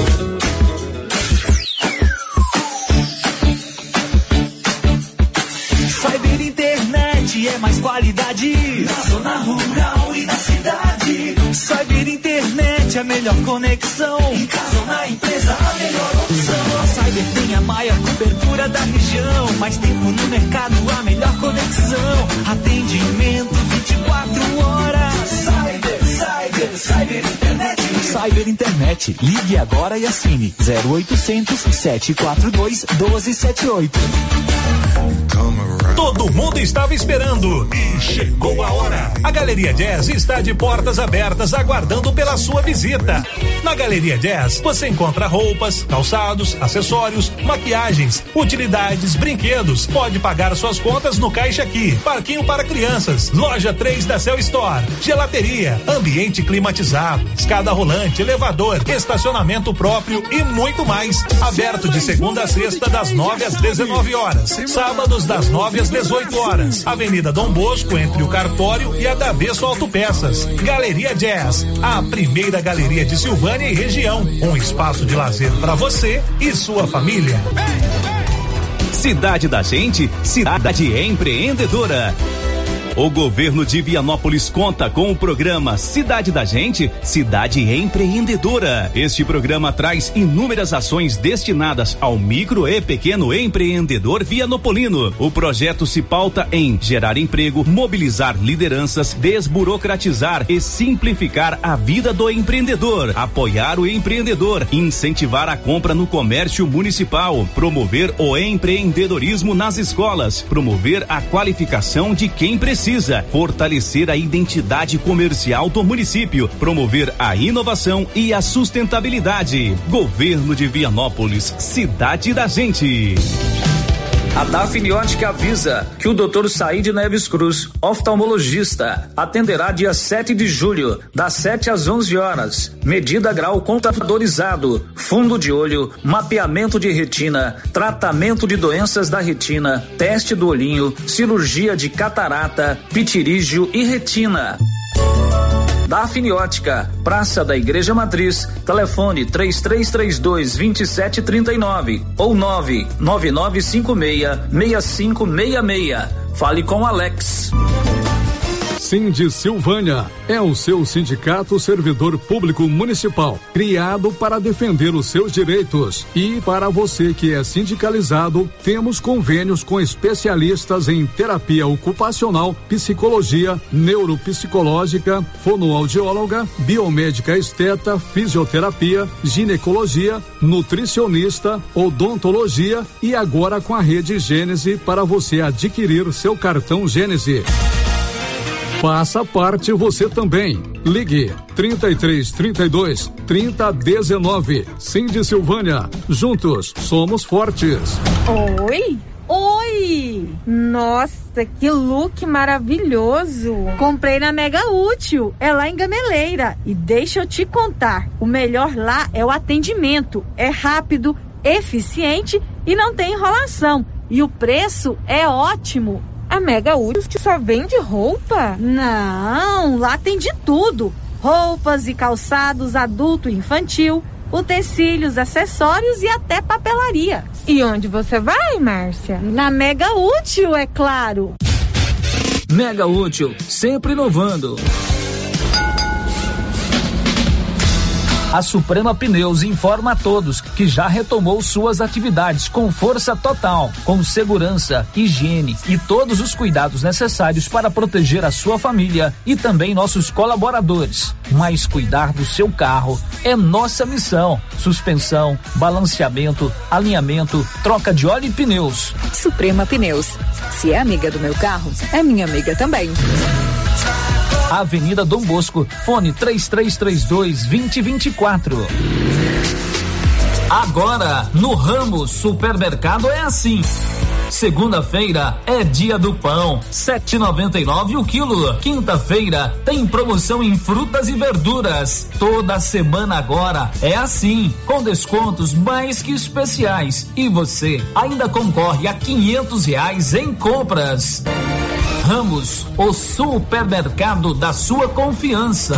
Cyber Internet é mais qualidade na zona rural e na cidade. Cyber Internet é a melhor conexão. Em casa ou na empresa, a melhor opção. A Cyber tem a maior cobertura da região. Mais tempo no mercado, a melhor conexão. Atendimento vinte e quatro horas. Cyber, Cyber, Cyber Internet. Cyber Internet. Ligue agora e assine zero oitocentos, sete quatro dois, um dois sete oito. Todo mundo estava esperando e chegou a hora. A Galeria Jazz está de portas abertas aguardando pela sua visita. Na Galeria Jazz você encontra roupas, calçados, acessórios, maquiagens, utilidades, brinquedos. Pode pagar suas contas no caixa aqui. Parquinho para crianças, loja três da Cell Store, gelateria, ambiente climatizado, escada rolante, elevador, estacionamento próprio e muito mais. Aberto de segunda a sexta das nove às dezenove horas. Sábados das nove às dezoito horas. Avenida Dom Bosco, entre o Cartório e a Davesso Autopeças. Galeria Jazz, a primeira galeria de Silvânia e região. Um espaço de lazer para você e sua família. Cidade da Gente, cidade empreendedora. O governo de Vianópolis conta com o programa Cidade da Gente, Cidade Empreendedora. Este programa traz inúmeras ações destinadas ao micro e pequeno empreendedor vianopolino. O projeto se pauta em gerar emprego, mobilizar lideranças, desburocratizar e simplificar a vida do empreendedor, apoiar o empreendedor, incentivar a compra no comércio municipal, promover o empreendedorismo nas escolas, promover a qualificação de quem precisa. Precisa fortalecer a identidade comercial do município, promover a inovação e a sustentabilidade. Governo de Vianópolis, cidade da gente. A Dafniótica avisa que o doutor Saíde Neves Cruz, oftalmologista, atenderá dia sete de julho, das sete às onze horas. Medida grau computadorizado, fundo de olho, mapeamento de retina, tratamento de doenças da retina, teste do olhinho, cirurgia de catarata, pitirígio e retina. Dafniótica, Praça da Igreja Matriz, telefone três três três dois, dois sete três nove ou nove nove nove cinco seis, seis cinco seis seis. Fale com Alex. Sindi Silvânia é o seu sindicato servidor público municipal, criado para defender os seus direitos. E para você que é sindicalizado, temos convênios com especialistas em terapia ocupacional, psicologia, neuropsicológica, fonoaudióloga, biomédica esteta, fisioterapia, ginecologia, nutricionista, odontologia e agora com a rede Gênese para você adquirir seu cartão Gênese. Faça parte você também. Ligue trinta e três, trinta e dois, trinta, dezenove. Sindi Silvânia. Juntos somos fortes. Oi? Oi! Nossa, que look maravilhoso! Comprei na Mega Útil, é lá em Gameleira. E deixa eu te contar, o melhor lá é o atendimento. É rápido, eficiente e não tem enrolação. E o preço é ótimo. A Mega Útil só vende roupa? Não, lá tem de tudo. Roupas e calçados adulto e infantil, utensílios, acessórios e até papelaria. E onde você vai, Márcia? Na Mega Útil, é claro. Mega Útil, sempre inovando. A Suprema Pneus informa a todos que já retomou suas atividades com força total, com segurança, higiene e todos os cuidados necessários para proteger a sua família e também nossos colaboradores. Mas cuidar do seu carro é nossa missão. Suspensão, balanceamento, alinhamento, troca de óleo e pneus. Suprema Pneus. Se é amiga do meu carro, é minha amiga também. Avenida Dom Bosco, fone três três três dois, dois zero dois quatro. Agora, no Ramos Supermercado é assim. Segunda-feira é dia do pão, sete e noventa e nove o quilo. Quinta-feira tem promoção em frutas e verduras. Toda semana agora é assim, com descontos mais que especiais. E você ainda concorre a quinhentos reais em compras. Ramos, o supermercado da sua confiança.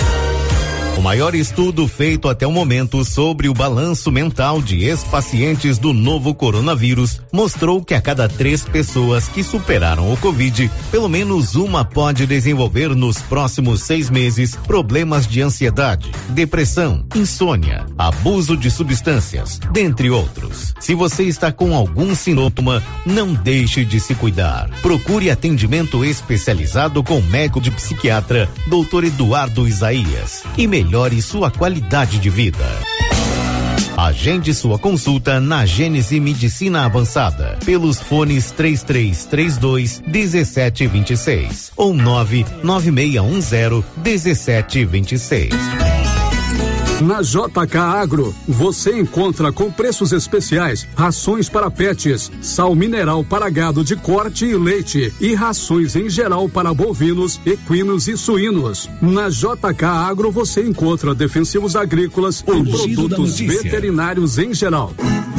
O maior estudo feito até o momento sobre o balanço mental de ex-pacientes do novo coronavírus mostrou que a cada três pessoas que superaram o Covid, pelo menos uma pode desenvolver nos próximos seis meses problemas de ansiedade, depressão, insônia, abuso de substâncias, dentre outros. Se você está com algum sintoma, não deixe de se cuidar. Procure atendimento especializado com o médico de psiquiatra, doutor Eduardo Isaías, e melhor melhore sua qualidade de vida. Agende sua consulta na Gênese Medicina Avançada pelos fones três três três dois, um sete dois seis ou nove nove seis um zero, um sete dois seis. Na J K Agro, você encontra com preços especiais rações para pets, sal mineral para gado de corte e leite e rações em geral para bovinos, equinos e suínos. Na J K Agro você encontra defensivos agrícolas e produtos veterinários em geral.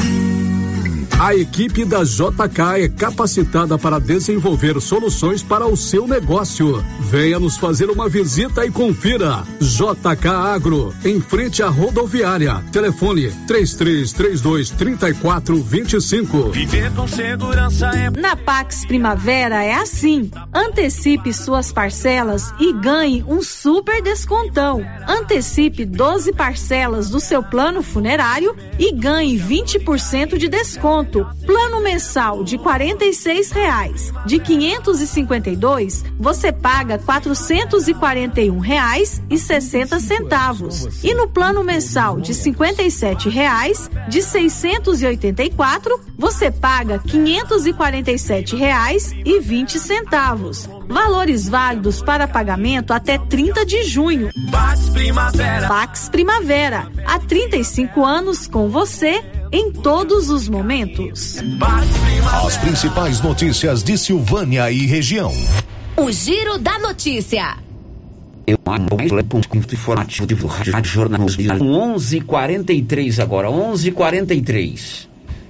A equipe da J K é capacitada para desenvolver soluções para o seu negócio. Venha nos fazer uma visita e confira. J K Agro, em frente à rodoviária. Telefone três três três dois, três quatro dois cinco. Viver com segurança é... Na Pax Primavera é assim. Antecipe suas parcelas e ganhe um super descontão. Antecipe doze parcelas do seu plano funerário e ganhe vinte por cento de desconto. Plano mensal de quarenta e seis reais. De quinhentos e cinquenta e dois, você paga quatrocentos e quarenta e um reais e sessenta centavos. E no plano mensal de cinquenta e sete reais, de seiscentos e oitenta e quatro, você paga quinhentos e quarenta e sete reais e vinte centavos. Valores válidos para pagamento até trinta de junho. Pax Primavera. Pax Primavera. Há trinta e cinco anos com você em todos os momentos. As principais notícias de Silvânia e região. O Giro da Notícia. Eu ponto informativo de Rádio Jornal onze e quarenta e três agora, onze e quarenta e três.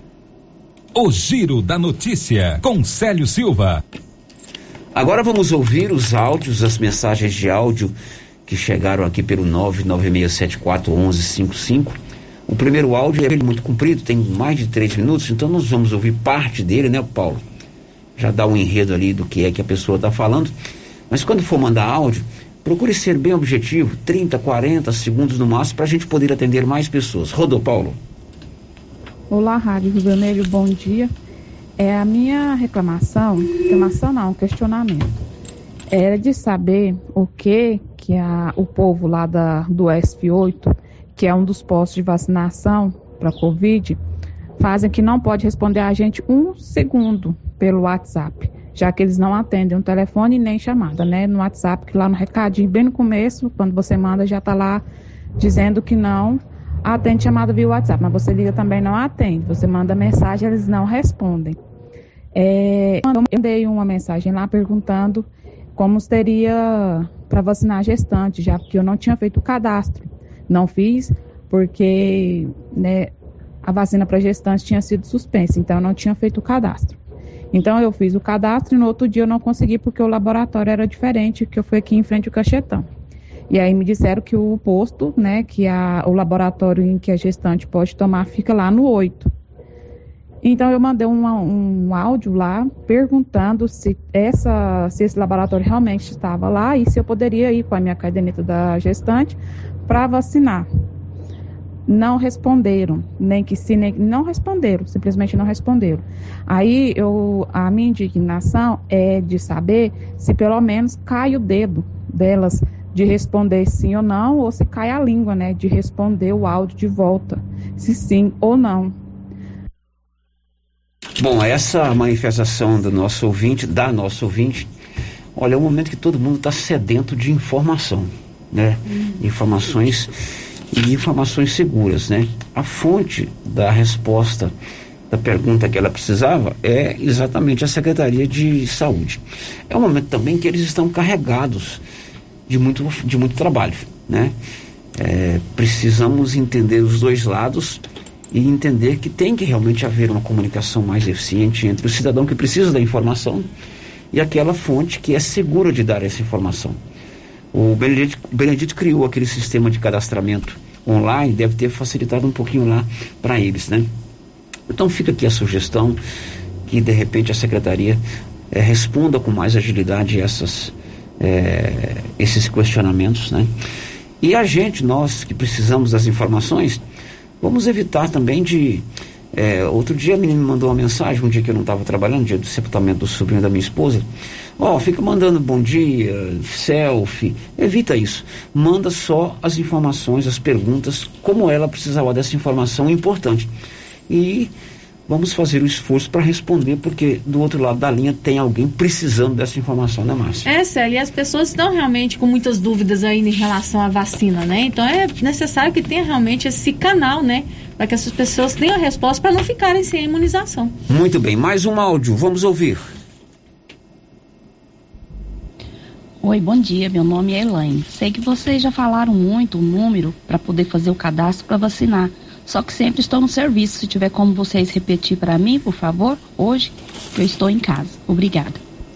O Giro da Notícia com Célio Silva. Agora vamos ouvir os áudios, as mensagens de áudio que chegaram aqui pelo nove nove seis sete quatro um um cinco cinco. O primeiro áudio é muito comprido, tem mais de três minutos, então nós vamos ouvir parte dele, né, Paulo? Já dá um enredo ali do que é que a pessoa está falando. Mas quando for mandar áudio, procure ser bem objetivo, trinta, quarenta segundos no máximo, para a gente poder atender mais pessoas. Rodou, Paulo. Olá, Rádio Rio Vermelho, bom dia. É a minha reclamação, reclamação não, questionamento, era de saber o que que a, o povo lá da, do S F oito, que é um dos postos de vacinação para Covid, fazem que não pode responder a gente um segundo pelo WhatsApp, já que eles não atendem um telefone nem chamada, né? No WhatsApp, que lá no recadinho, bem no começo, quando você manda, já está lá dizendo que não atende chamada via WhatsApp, mas você liga também, não atende. Você manda mensagem, eles não respondem. É, eu mandei uma mensagem lá perguntando como seria para vacinar gestante, já porque eu não tinha feito o cadastro. Não fiz porque, né, a vacina para gestante tinha sido suspensa, então eu não tinha feito o cadastro. Então eu fiz o cadastro e no outro dia eu não consegui porque o laboratório era diferente, que eu fui aqui em frente ao Cachetão. E aí me disseram que o posto, né, que a, o laboratório em que a gestante pode tomar fica lá no oito. Então eu mandei um, um áudio lá perguntando se, essa, se esse laboratório realmente estava lá e se eu poderia ir com a minha caderneta da gestante para vacinar. Não responderam, nem que se nem, não responderam, simplesmente não responderam. Aí eu, a minha indignação é de saber se pelo menos cai o dedo delas de responder sim ou não, ou se cai a língua, né, de responder o áudio de volta, se sim ou não. Bom, essa manifestação do nosso ouvinte, da nossa ouvinte, olha, é um momento que todo mundo está sedento de informação, né? Uhum. Informações e informações seguras, né? A fonte da resposta da pergunta que ela precisava é exatamente a Secretaria de Saúde. É um momento também que eles estão carregados de muito, de muito trabalho, né? É, precisamos entender os dois lados e entender que tem que realmente haver uma comunicação mais eficiente entre o cidadão que precisa da informação e aquela fonte que é segura de dar essa informação. O Benedito, Benedito criou aquele sistema de cadastramento online, deve ter facilitado um pouquinho lá para eles, né? Então fica aqui a sugestão que de repente a Secretaria é, responda com mais agilidade essas, é, esses questionamentos, né? E a gente, nós que precisamos das informações, vamos evitar também de... É, outro dia a menina me mandou uma mensagem, um dia que eu não estava trabalhando, dia do sepultamento do sobrinho da minha esposa. Ó, oh, fica mandando bom dia, selfie, evita isso. Manda só as informações, as perguntas, como ela precisava dessa informação importante. E vamos fazer o esforço para responder, porque do outro lado da linha tem alguém precisando dessa informação, né, Márcia? É, Célio, e as pessoas estão realmente com muitas dúvidas aí em relação à vacina, né? Então é necessário que tenha realmente esse canal, né? Para que essas pessoas tenham a resposta para não ficarem sem a imunização. Muito bem, mais um áudio, vamos ouvir. Oi, bom dia, meu nome é Elaine. Sei que vocês já falaram muito o número para poder fazer o cadastro para vacinar. Só que sempre estou no serviço. Se tiver como vocês repetir para mim, por favor, hoje, que eu estou em casa. Obrigada.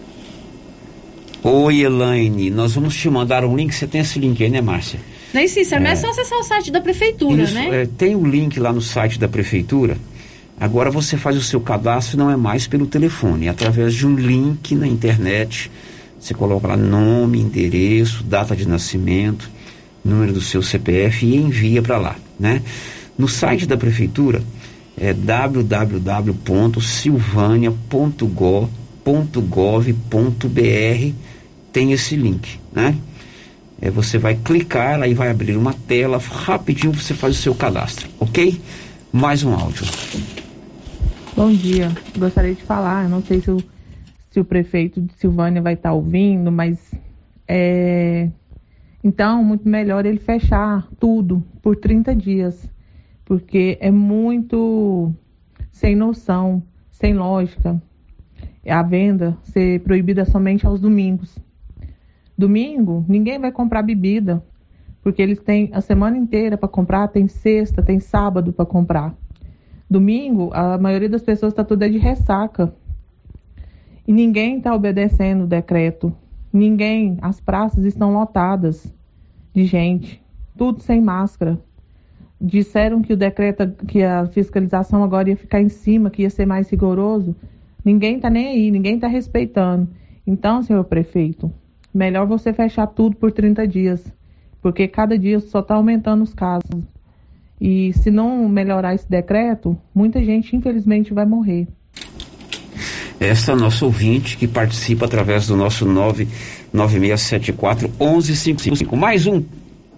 Oi, Elaine, nós vamos te mandar um link. Você tem esse link aí, né, Márcia? Nem sim, é. é só acessar o site da prefeitura, Isso, né? É, tem o um link lá no site da prefeitura. Agora você faz o seu cadastro, não é mais pelo telefone, é através de um link na internet. Você coloca lá nome, endereço, data de nascimento, número do seu C P F e envia para lá, né? No site da prefeitura é w w w ponto silvânia ponto gov ponto b r, tem esse link, né? É, você vai clicar, aí vai abrir uma tela, rapidinho você faz o seu cadastro, ok? Mais um áudio. Bom dia, gostaria de falar, eu não sei se o, se o prefeito de Silvânia vai estar ouvindo, mas é, então muito melhor ele fechar tudo por trinta dias. Porque é muito sem noção, sem lógica, a venda ser proibida somente aos domingos. Domingo, ninguém vai comprar bebida, porque eles têm a semana inteira para comprar, tem sexta, tem sábado para comprar. Domingo, a maioria das pessoas está toda de ressaca. E ninguém está obedecendo o decreto. Ninguém, as praças estão lotadas de gente, tudo sem máscara. Disseram que o decreto, que a fiscalização agora ia ficar em cima, que ia ser mais rigoroso. Ninguém está nem aí, ninguém está respeitando. Então, senhor prefeito, melhor você fechar tudo por trinta dias, porque cada dia só está aumentando os casos. E se não melhorar esse decreto, muita gente, infelizmente, vai morrer. Essa é a nossa ouvinte que participa através do nosso nove nove seis sete quatro um um cinco cinco. Mais um.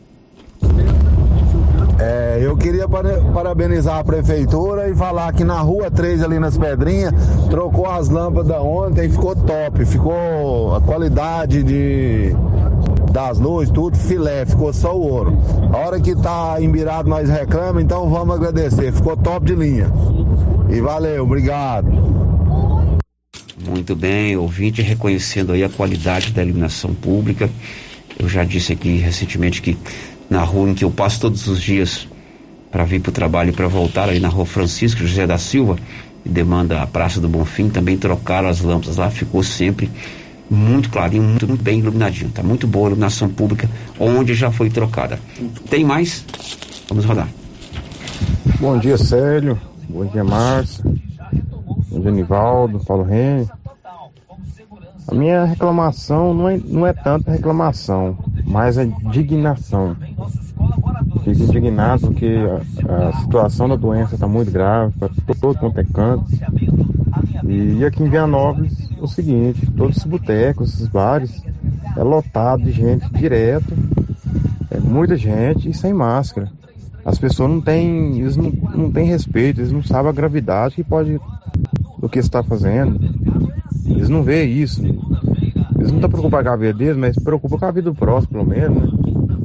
É, eu queria parabenizar a prefeitura e falar que na rua três, ali nas Pedrinhas, trocou as lâmpadas ontem e ficou top, ficou a qualidade de, das luzes, tudo filé, ficou só o ouro. A hora que tá embirado nós reclamamos, então vamos agradecer, ficou top de linha. E valeu, obrigado. Muito bem, ouvinte reconhecendo aí a qualidade da iluminação pública. Eu já disse aqui recentemente que na rua em que eu passo todos os dias para vir para o trabalho e para voltar, aí na rua Francisco José da Silva, e demanda a Praça do Bonfim, também trocaram as lâmpadas lá, ficou sempre muito clarinho, muito, muito bem iluminadinho. Tá muito boa a iluminação pública onde já foi trocada. Tem mais? Vamos rodar. Bom dia, Célio. Bom dia, Márcia. Bom dia, Nivaldo, Paulo Rene. A minha reclamação não é, não é tanta reclamação, mas é indignação. Fico indignado porque a, a situação da doença está muito grave para todo quanto é canto. E aqui em Vianópolis, o seguinte, todos os botecos, esses bares, é lotado de gente direto, é muita gente e sem máscara. As pessoas não têm, eles não, não têm respeito, eles não sabem a gravidade que pode, do que está fazendo. Eles não veem isso. Eles não estão preocupados com a vida deles, mas se preocupam com a vida do próximo, pelo menos, né?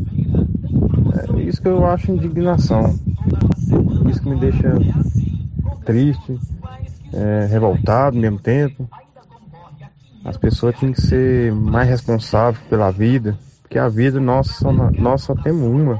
É isso que eu acho indignação. Isso que me deixa triste é, revoltado ao mesmo tempo. As pessoas têm que ser mais responsáveis pela vida, porque a vida nós só, nós só temos uma.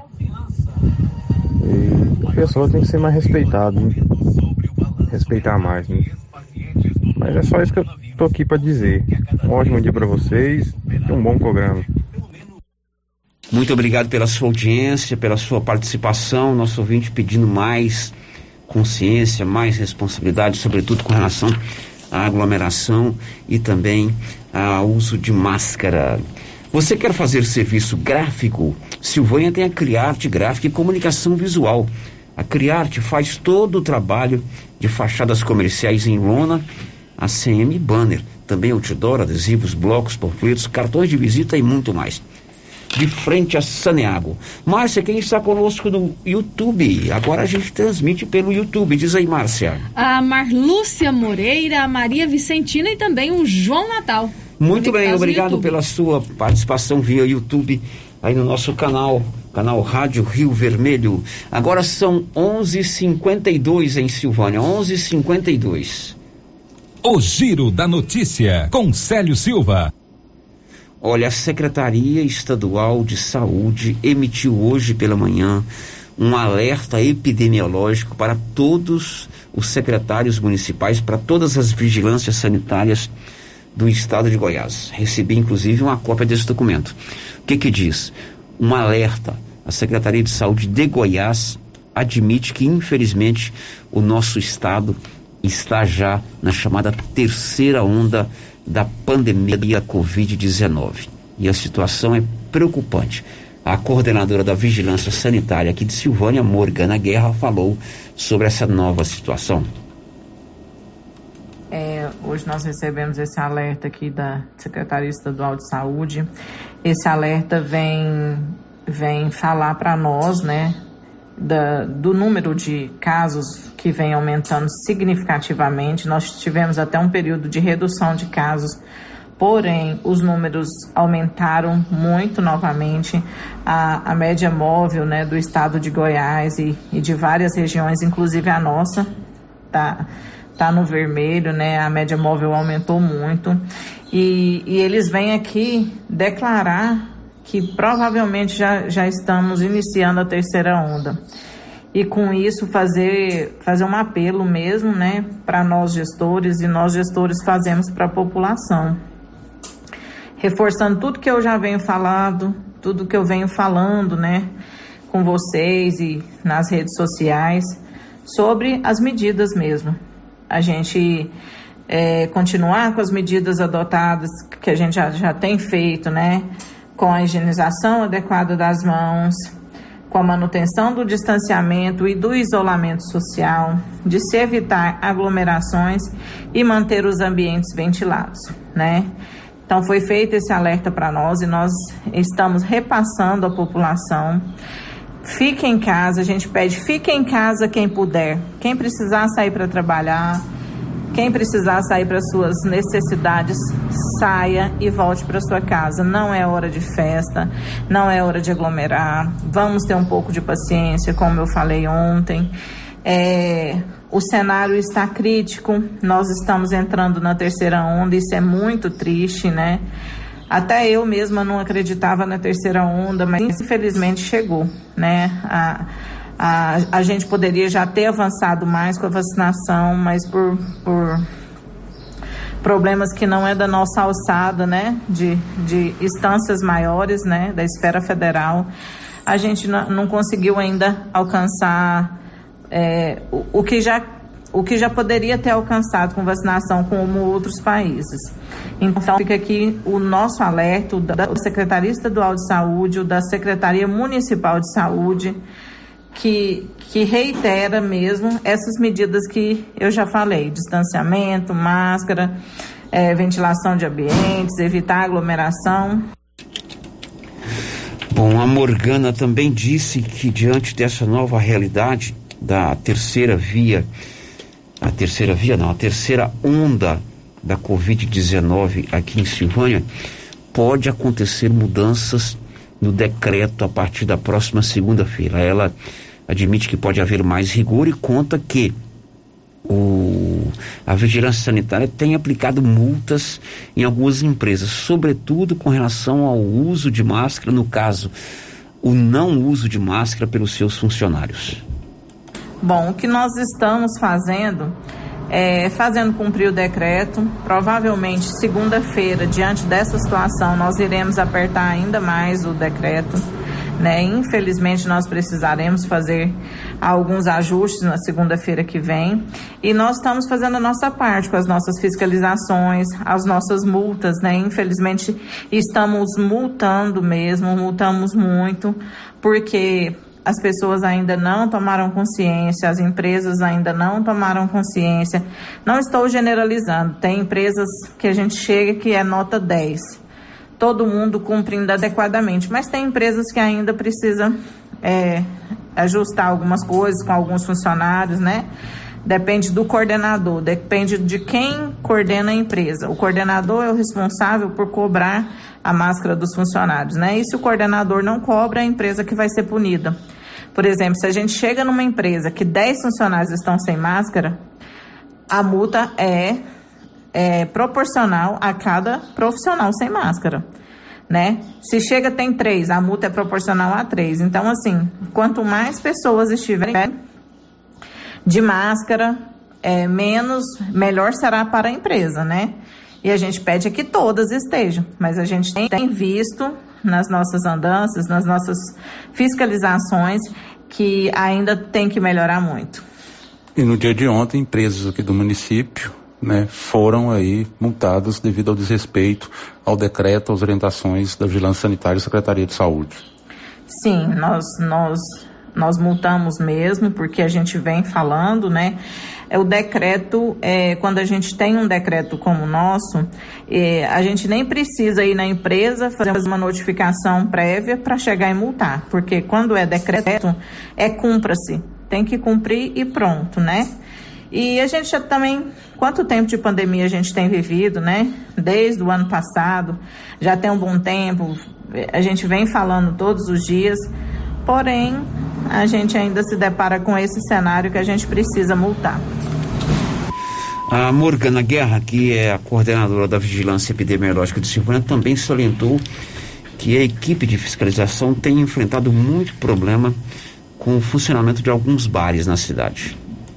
E a pessoa tem que ser mais respeitada, né? Respeitar mais, né? Mas é só isso que eu tô aqui para dizer. Um ótimo dia para vocês e um bom programa. Muito obrigado pela sua audiência, pela sua participação. Nosso ouvinte pedindo mais consciência, mais responsabilidade, sobretudo com relação à aglomeração e também ao uso de máscara. Você quer fazer serviço gráfico? Silvânia tem a Criarte Gráfica e Comunicação Visual. A Criarte faz todo o trabalho de fachadas comerciais em lona, A C M e banner. Também outdoor, adesivos, blocos, panfletos, cartões de visita e muito mais. De frente a Saneago. Márcia, quem está conosco no YouTube? Agora a gente transmite pelo YouTube. Diz aí, Márcia. A Marlúcia Moreira, a Maria Vicentina e também o João Natal. Muito bem, obrigado pela sua participação via YouTube aí no nosso canal, canal Rádio Rio Vermelho. Agora são onze e cinquenta e dois em Silvânia, onze e cinquenta e dois. O Giro da Notícia, com Célio Silva. Olha, a Secretaria Estadual de Saúde emitiu hoje pela manhã um alerta epidemiológico para todos os secretários municipais, para todas as vigilâncias sanitárias do estado de Goiás. Recebi, inclusive, uma cópia desse documento. O que que diz? Um alerta. A Secretaria de Saúde de Goiás admite que, infelizmente, o nosso estado está já na chamada terceira onda da pandemia da covid dezenove. E a situação é preocupante. A coordenadora da Vigilância Sanitária aqui de Silvânia, Morgana Guerra, falou sobre essa nova situação. É, hoje nós recebemos esse alerta aqui da Secretaria Estadual de Saúde. Esse alerta vem, vem falar para nós, né, da, do número de casos que vem aumentando significativamente. Nós tivemos até um período de redução de casos, porém os números aumentaram muito novamente. A, a média móvel, né, do estado de Goiás e, e de várias regiões, inclusive a nossa, tá, tá no vermelho, né? A média móvel aumentou muito e, e eles vêm aqui declarar que provavelmente já, já estamos iniciando a terceira onda. E com isso fazer, fazer um apelo mesmo, né, para nós gestores, e nós gestores fazemos para a população. Reforçando tudo que eu já venho falando, tudo que eu venho falando, né, com vocês e nas redes sociais, sobre as medidas mesmo. A gente é, continuar com as medidas adotadas que a gente já, já tem feito, né, com a higienização adequada das mãos, com a manutenção do distanciamento e do isolamento social, de se evitar aglomerações e manter os ambientes ventilados, né? Então foi feito esse alerta para nós e nós estamos repassando à população. Fique em casa, a gente pede, fique em casa quem puder, quem precisar sair para trabalhar, quem precisar sair para suas necessidades, saia e volte para sua casa. Não é hora de festa, não é hora de aglomerar. Vamos ter um pouco de paciência, como eu falei ontem. É, o cenário está crítico, nós estamos entrando na terceira onda, isso é muito triste, né? Até eu mesma não acreditava na terceira onda, mas infelizmente chegou, né? A, A, a gente poderia já ter avançado mais com a vacinação, mas por, por problemas que não é da nossa alçada, né, de, de instâncias maiores, né, da esfera federal, a gente não, não conseguiu ainda alcançar é, o, o, que já, o que já poderia ter alcançado com vacinação como outros países. Então fica aqui o nosso alerta, o da Secretaria Estadual de Saúde, o da Secretaria Municipal de Saúde, Que, que reitera mesmo essas medidas que eu já falei: distanciamento, máscara, é, ventilação de ambientes, evitar aglomeração. Bom, a Morgana também disse que diante dessa nova realidade da terceira via, a terceira via não, a terceira onda da covid dezenove aqui em Silvânia, pode acontecer mudanças no decreto a partir da próxima segunda-feira. Ela admite que pode haver mais rigor e conta que o, a vigilância sanitária tem aplicado multas em algumas empresas, sobretudo com relação ao uso de máscara, no caso, o não uso de máscara pelos seus funcionários. Bom, o que nós estamos fazendo é fazendo cumprir o decreto. Provavelmente segunda-feira, diante dessa situação, nós iremos apertar ainda mais o decreto, né? Infelizmente nós precisaremos fazer alguns ajustes na segunda-feira que vem, e nós estamos fazendo a nossa parte com as nossas fiscalizações, as nossas multas, né? Infelizmente estamos multando mesmo, multamos muito, porque as pessoas ainda não tomaram consciência, as empresas ainda não tomaram consciência. Não estou generalizando, tem empresas que a gente chega que é nota dez, todo mundo cumprindo adequadamente, mas tem empresas que ainda precisam é, ajustar algumas coisas com alguns funcionários, né? Depende do coordenador, depende de quem coordena a empresa. O coordenador é o responsável por cobrar a máscara dos funcionários, né? E se o coordenador não cobra, é a empresa que vai ser punida. Por exemplo, se a gente chega numa empresa que dez funcionários estão sem máscara, a multa é, é proporcional a cada profissional sem máscara, né? Se chega tem três, a multa é proporcional a três. Então, assim, quanto mais pessoas estiverem de máscara, é, menos, melhor será para a empresa, né? E a gente pede que todas estejam, mas a gente tem visto nas nossas andanças, nas nossas fiscalizações, que ainda tem que melhorar muito. E no dia de ontem, empresas aqui do município, né, foram aí multadas devido ao desrespeito ao decreto, às orientações da Vigilância Sanitária e Secretaria de Saúde. Sim, nós, nós, nós multamos mesmo, porque a gente vem falando, né? É o decreto, é, quando a gente tem um decreto como o nosso, é, a gente nem precisa ir na empresa fazer uma notificação prévia para chegar e multar, porque quando é decreto, é cumpra-se, tem que cumprir e pronto, né? E a gente já também, quanto tempo de pandemia a gente tem vivido, né? Desde o ano passado, já tem um bom tempo, a gente vem falando todos os dias, porém, a gente ainda se depara com esse cenário que a gente precisa multar. A Morgana Guerra, que é a coordenadora da Vigilância Epidemiológica de Silvânia, também salientou que a equipe de fiscalização tem enfrentado muito problema com o funcionamento de alguns bares na cidade.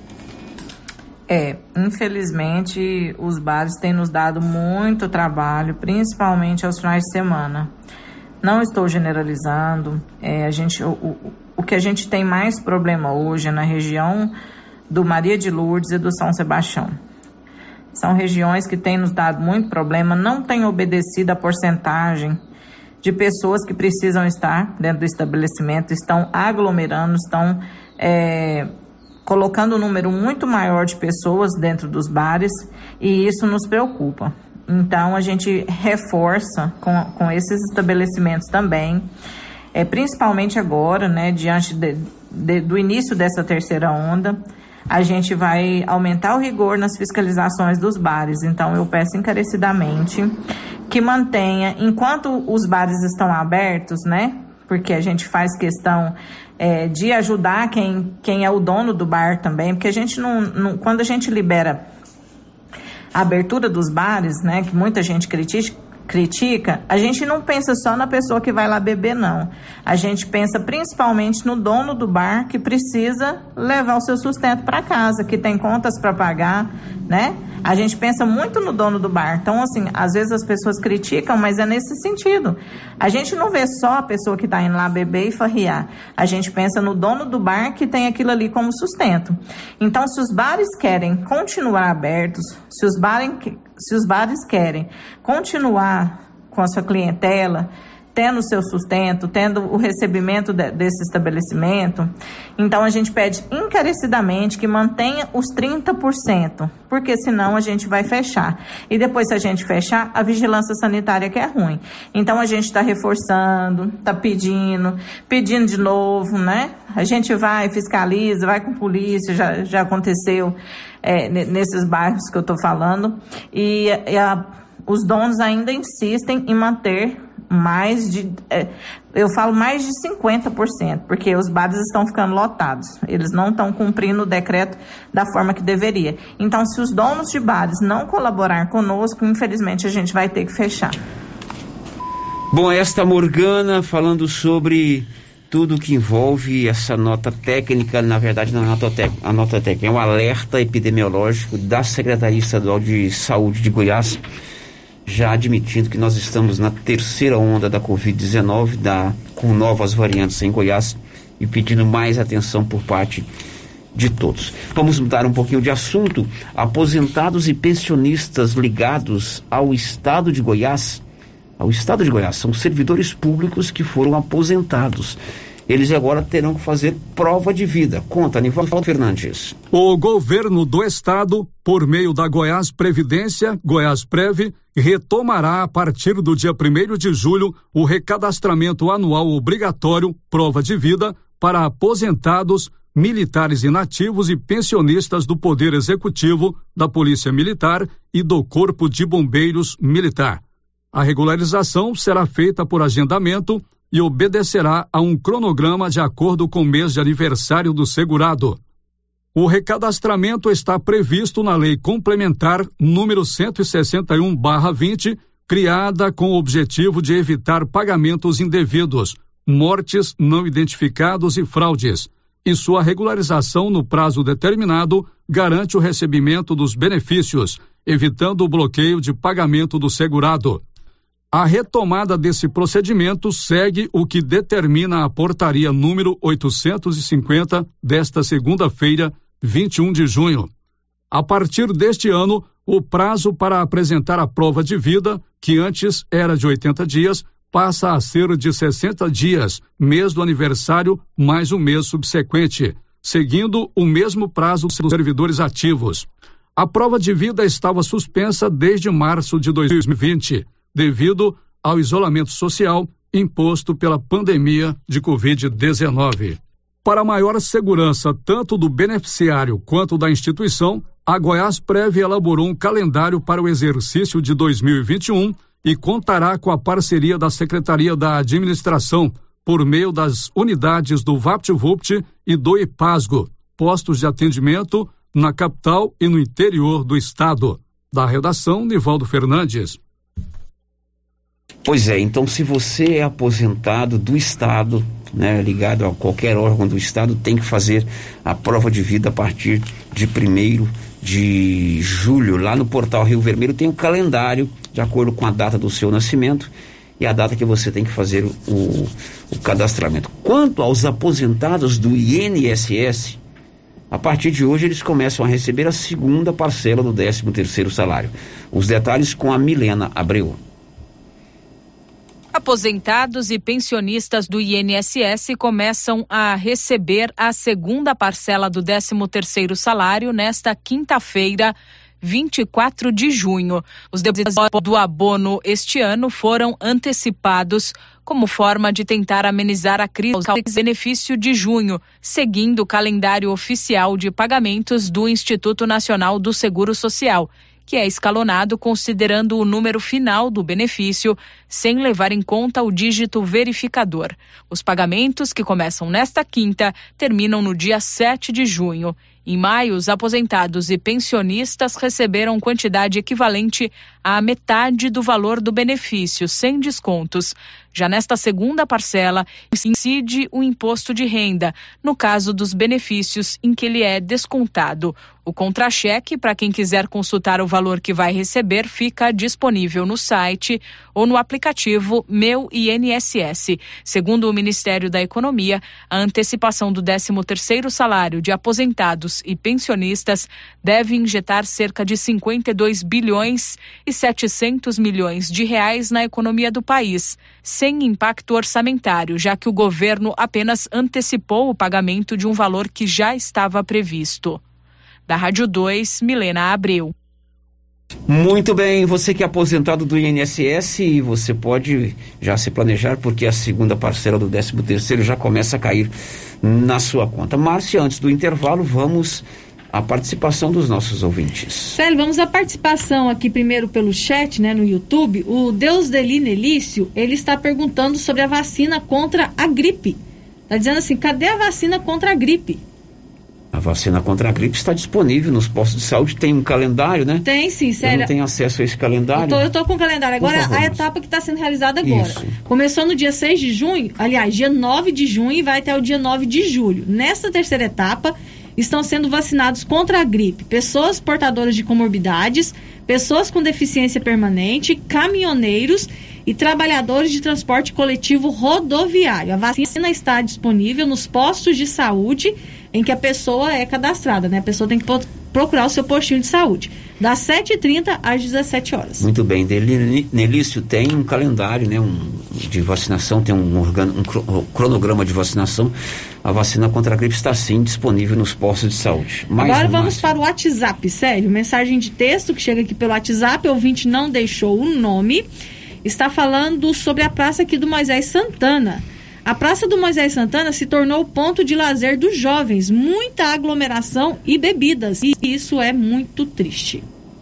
É, infelizmente os bares têm nos dado muito trabalho, principalmente aos finais de semana. Não estou generalizando, é, a gente, o, o, o que a gente tem mais problema hoje é na região do Maria de Lourdes e do São Sebastião. São regiões que têm nos dado muito problema, não têm obedecido a porcentagem de pessoas que precisam estar dentro do estabelecimento, estão aglomerando, estão é, colocando um número muito maior de pessoas dentro dos bares, e isso nos preocupa. Então, a gente reforça com, com esses estabelecimentos também, é, principalmente agora, né, diante de, de, do início dessa terceira onda, a gente vai aumentar o rigor nas fiscalizações dos bares. Então, eu peço encarecidamente que mantenha, enquanto os bares estão abertos, né, porque a gente faz questão é, de ajudar quem, quem é o dono do bar também, porque a gente não, não quando a gente libera a abertura dos bares, né, que muita gente critica, critica, a gente não pensa só na pessoa que vai lá beber, não. A gente pensa principalmente no dono do bar, que precisa levar o seu sustento para casa, que tem contas para pagar, né? A gente pensa muito no dono do bar. Então, assim, às vezes as pessoas criticam, mas é nesse sentido. A gente não vê só a pessoa que está indo lá beber e farrear. A gente pensa no dono do bar, que tem aquilo ali como sustento. Então, se os bares querem continuar abertos, se os bares, se os bares querem continuar com a sua clientela, tendo o seu sustento, tendo o recebimento de, desse estabelecimento, então a gente pede encarecidamente que mantenha os trinta por cento, porque senão a gente vai fechar. E depois, se a gente fechar, a vigilância sanitária que é ruim. Então a gente está reforçando, está pedindo, pedindo de novo, né? A gente vai, fiscaliza, vai com polícia, já, já aconteceu é, nesses bairros que eu estou falando, e, e a, os donos ainda insistem em manter mais de, é, eu falo mais de cinquenta por cento, porque os bares estão ficando lotados, eles não estão cumprindo o decreto da forma que deveria. Então, se os donos de bares não colaborarem conosco, infelizmente a gente vai ter que fechar. Bom, esta Morgana falando sobre tudo que envolve essa nota técnica, na verdade não é nota técnica, a nota técnica é um alerta epidemiológico da Secretaria Estadual de Saúde de Goiás, já admitindo que nós estamos na terceira onda da covid dezenove, da, com novas variantes em Goiás, e pedindo mais atenção por parte de todos. Vamos mudar um pouquinho de assunto. Aposentados e pensionistas ligados ao estado de Goiás, ao estado de Goiás, são servidores públicos que foram aposentados. Eles agora terão que fazer prova de vida. Conta, Nivaldo Fernandes. O governo do estado, por meio da Goiás Previdência, Goiás Prev, retomará a partir do dia primeiro de julho o recadastramento anual obrigatório, prova de vida, para aposentados, militares inativos e pensionistas do Poder Executivo, da Polícia Militar e do Corpo de Bombeiros Militar. A regularização será feita por agendamento e obedecerá a um cronograma de acordo com o mês de aniversário do segurado. O recadastramento está previsto na Lei Complementar número cento e sessenta e um barra vinte, criada com o objetivo de evitar pagamentos indevidos, mortes não identificados e fraudes. E sua regularização no prazo determinado garante o recebimento dos benefícios, evitando o bloqueio de pagamento do segurado. A retomada desse procedimento segue o que determina a portaria número oitocentos e cinquenta desta segunda-feira, vinte e um de junho. A partir deste ano, o prazo para apresentar a prova de vida, que antes era de oitenta dias, passa a ser de sessenta dias, mês do aniversário mais o mês subsequente, seguindo o mesmo prazo dos servidores ativos. A prova de vida estava suspensa desde março de dois mil e vinte, devido ao isolamento social imposto pela pandemia de covid dezenove. Para maior segurança tanto do beneficiário quanto da instituição, a Goiás Prev elaborou um calendário para o exercício de dois mil e vinte e um e contará com a parceria da Secretaria da Administração, por meio das unidades do VaptVupt e do IPASGO, postos de atendimento na capital e no interior do estado. Da redação, Nivaldo Fernandes. Pois é, então se você é aposentado do estado, né, ligado a qualquer órgão do estado, tem que fazer a prova de vida a partir de primeiro de julho. Lá no portal Rio Vermelho tem um calendário de acordo com a data do seu nascimento e a data que você tem que fazer o, o cadastramento. Quanto aos aposentados do I N S S, a partir de hoje eles começam a receber a segunda parcela do décimo terceiro salário. Os detalhes com a Milena Abreu. Aposentados e pensionistas do I N S S começam a receber a segunda parcela do décimo terceiro salário nesta quinta-feira, vinte e quatro de junho. Os depositos do abono este ano foram antecipados como forma de tentar amenizar a crise do benefício de junho, seguindo o calendário oficial de pagamentos do Instituto Nacional do Seguro Social, que é escalonado considerando o número final do benefício, sem levar em conta o dígito verificador. Os pagamentos, que começam nesta quinta, terminam no dia sete de junho. Em maio, os aposentados e pensionistas receberam quantidade equivalente à metade do valor do benefício, sem descontos. Já nesta segunda parcela, incide o imposto de renda, no caso dos benefícios em que ele é descontado. O contra-cheque, para quem quiser consultar o valor que vai receber, fica disponível no site ou no aplicativo Meu I N S S. Segundo o Ministério da Economia, a antecipação do décimo terceiro salário de aposentados e pensionistas deve injetar cerca de cinquenta e dois bilhões e setecentos milhões de reais na economia do país, sem impacto orçamentário, já que o governo apenas antecipou o pagamento de um valor que já estava previsto. Da Rádio dois, Milena Abreu. Muito bem, você que é aposentado do I N S S, você pode já se planejar, porque a segunda parcela do décimo terceiro já começa a cair na sua conta. Márcia, antes do intervalo, vamos a participação dos nossos ouvintes. Célio, vamos à participação aqui primeiro pelo chat, né, no YouTube. O Deus Deli Nelício, ele está perguntando sobre a vacina contra a gripe. Está dizendo assim, cadê a vacina contra a gripe? A vacina contra a gripe está disponível nos postos de saúde, tem um calendário, né? Tem sim, Célia. Eu não tenho acesso a esse calendário. Eu tô, eu tô com o calendário. Agora, favor, a etapa que está sendo realizada agora. Isso. Começou no dia seis de junho, aliás, dia nove de junho e vai até o dia nove de julho. Nessa terceira etapa, estão sendo vacinados contra a gripe pessoas portadoras de comorbidades, pessoas com deficiência permanente, caminhoneiros e trabalhadores de transporte coletivo rodoviário. A vacina está disponível nos postos de saúde em que a pessoa é cadastrada, né? A pessoa tem que procurar o seu postinho de saúde, das sete e trinta às dezessete horas. Muito bem, Nelício, tem um calendário, né, um, de vacinação, tem um, organo, um cronograma de vacinação. A vacina contra a gripe está sim disponível nos postos de saúde. Mais Agora um, vamos Márcio. para o WhatsApp, sério, mensagem de texto que chega aqui pelo WhatsApp, o ouvinte não deixou o nome, está falando sobre a praça aqui do Moisés Santana. A Praça do Moisés Santana se tornou o ponto de lazer dos jovens, muita aglomeração e bebidas, e isso é muito triste.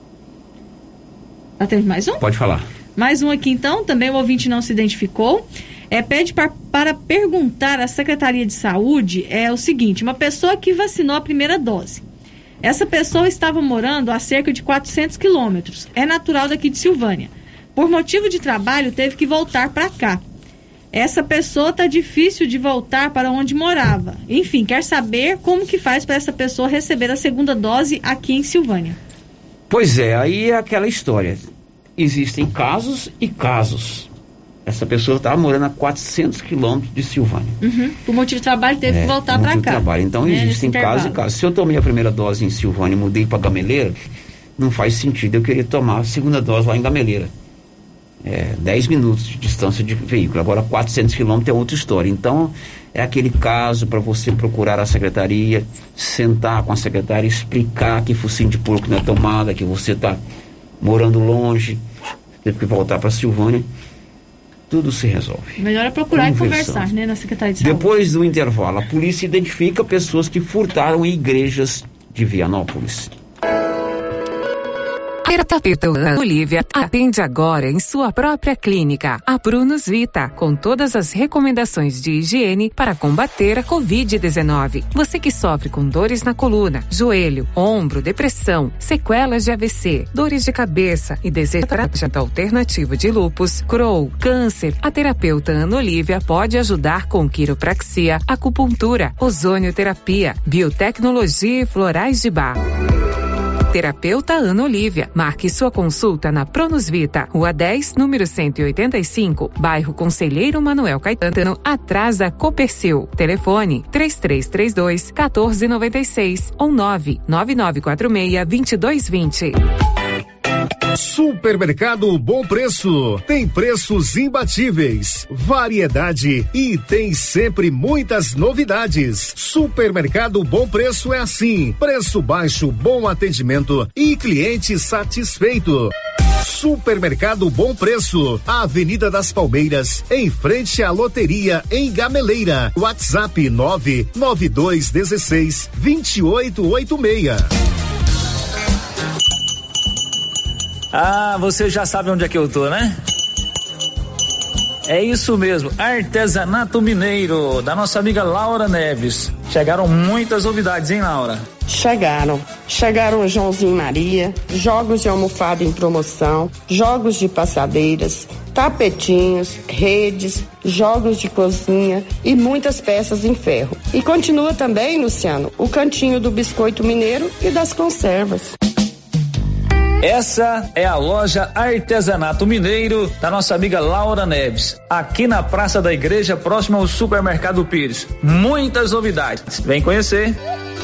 Já teve mais um? Pode falar. Mais um aqui então, também o ouvinte não se identificou. É, pede para, para perguntar à Secretaria de Saúde é o seguinte, uma pessoa que vacinou a primeira dose. Essa pessoa estava morando a cerca de quatrocentos quilômetros, é natural daqui de Silvânia. Por motivo de trabalho, teve que voltar para cá. Essa pessoa está difícil de voltar para onde morava. Enfim, quer saber como que faz para essa pessoa receber a segunda dose aqui em Silvânia. Pois é, aí é aquela história. Existem casos e casos. Essa pessoa estava morando a quatrocentos quilômetros de Silvânia. Uhum. Por motivo de trabalho, teve é, que voltar para cá. Trabalho. Então, é, existem casos e casos. Se eu tomei a primeira dose em Silvânia e mudei para Gameleira, não faz sentido eu querer tomar a segunda dose lá em Gameleira. É, dez minutos de distância de veículo. Agora quatrocentos quilômetros é outra história. Então é aquele caso para você procurar a secretaria, sentar com a secretária, explicar que focinho de porco não é tomada, que você está morando longe, teve que voltar para Silvânia. Tudo se resolve. Melhor é procurar e conversar, né, na Secretaria de Saúde. Depois do intervalo, a polícia identifica pessoas que furtaram em igrejas de Vianópolis. Terapeuta Olívia atende agora em sua própria clínica, a Prunus Vita, com todas as recomendações de higiene para combater a covid dezenove. Você que sofre com dores na coluna, joelho, ombro, depressão, sequelas de A V C, dores de cabeça e deseja tratamento alternativo de lúpus, Crohn, câncer, a terapeuta Ana Olívia pode ajudar com quiropraxia, acupuntura, ozonioterapia, biotecnologia e florais de Bach. Terapeuta Ana Olívia. Marque sua consulta na Prunus Vita, Rua dez, número cento e oitenta e cinco, bairro Conselheiro Manuel Caetano, atrás da Copercil. Telefone três três três dois, um quatro nove seis ou nove nove nove quatro seis, dois dois dois zero. Supermercado Bom Preço. Tem preços imbatíveis, variedade e tem sempre muitas novidades. Supermercado Bom Preço é assim: preço baixo, bom atendimento e cliente satisfeito. Supermercado Bom Preço, Avenida das Palmeiras, em frente à loteria em Gameleira. WhatsApp nove nove dois um seis, dois oito oito seis. Ah, você já sabe onde é que eu tô, né? É isso mesmo, Artesanato Mineiro, da nossa amiga Laura Neves. Chegaram muitas novidades, hein, Laura? Chegaram. Chegaram Joãozinho e Maria, jogos de almofada em promoção, jogos de passadeiras, tapetinhos, redes, jogos de cozinha e muitas peças em ferro. E continua também, Luciano, o cantinho do biscoito mineiro e das conservas. Essa é a loja Artesanato Mineiro da nossa amiga Laura Neves, aqui na Praça da Igreja, próximo ao Supermercado Pires. Muitas novidades. Vem conhecer.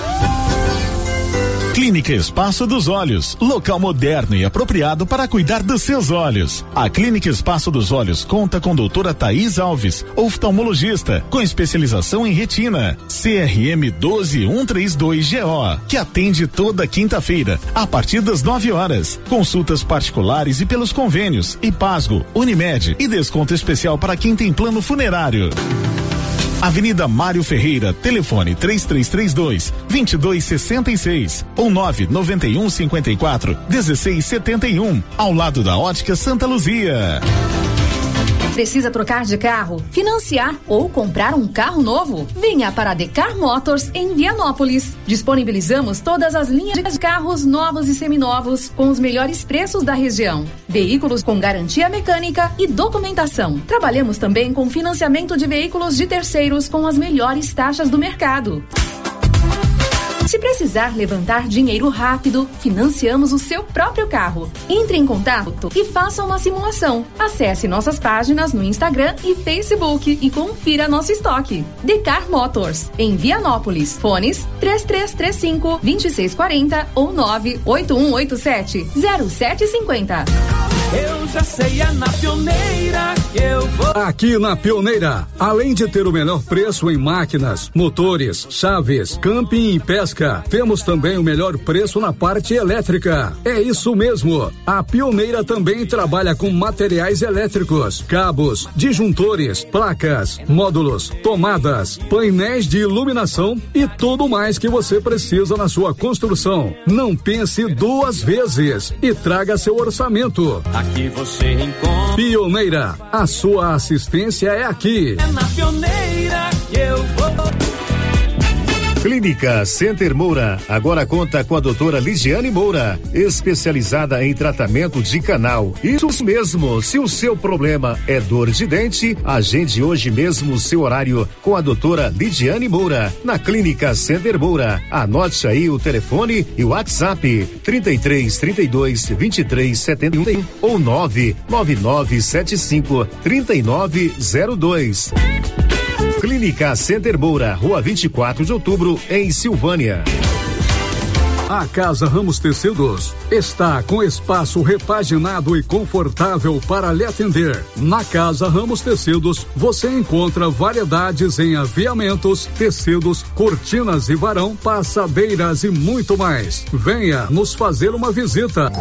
Clínica Espaço dos Olhos, local moderno e apropriado para cuidar dos seus olhos. A Clínica Espaço dos Olhos conta com doutora Thaís Alves, oftalmologista, com especialização em retina, C R M um dois um três dois G O, que atende toda quinta-feira, a partir das nove horas. Consultas particulares e pelos convênios, IPASGO, Unimed e desconto especial para quem tem plano funerário. Avenida Mário Ferreira, telefone três três três dois, dois dois seis seis ou nove nove um cinco quatro, um seis sete um, ao lado da Ótica Santa Luzia. Precisa trocar de carro, financiar ou comprar um carro novo? Venha para a Decar Motors em Vianópolis. Disponibilizamos todas as linhas de carros novos e seminovos com os melhores preços da região. Veículos com garantia mecânica e documentação. Trabalhamos também com financiamento de veículos de terceiros com as melhores taxas do mercado. Se precisar levantar dinheiro rápido, financiamos o seu próprio carro. Entre em contato e faça uma simulação. Acesse nossas páginas no Instagram e Facebook e confira nosso estoque. Decar Motors, em Vianópolis. Fones três três três cinco, dois seis quatro zero ou nove oito um oito sete, zero sete cinco zero. Eu já sei, é na Pioneira que eu vou. Aqui na Pioneira, além de ter o melhor preço em máquinas, motores, chaves, camping e pesca, temos também o melhor preço na parte elétrica. É isso mesmo. A Pioneira também trabalha com materiais elétricos, cabos, disjuntores, placas, módulos, tomadas, painéis de iluminação e tudo mais que você precisa na sua construção. Não pense duas vezes e traga seu orçamento. Aqui você encontra. Pioneira, a sua assistência é aqui. É na Pioneira que eu vou. Clínica Center Moura agora conta com a doutora Ligiane Moura, especializada em tratamento de canal. Isso mesmo, se o seu problema é dor de dente, agende hoje mesmo o seu horário com a doutora Ligiane Moura, na Clínica Center Moura. Anote aí o telefone e o WhatsApp trinta e três, trinta e dois, vinte e três, setenta e um ou nove nove nove sete cinco, trinta e nove zero dois. Clínica Center Moura, Rua vinte e quatro de outubro, em Silvânia. A Casa Ramos Tecidos está com espaço repaginado e confortável para lhe atender. Na Casa Ramos Tecidos, você encontra variedades em aviamentos, tecidos, cortinas e varão, passadeiras e muito mais. Venha nos fazer uma visita.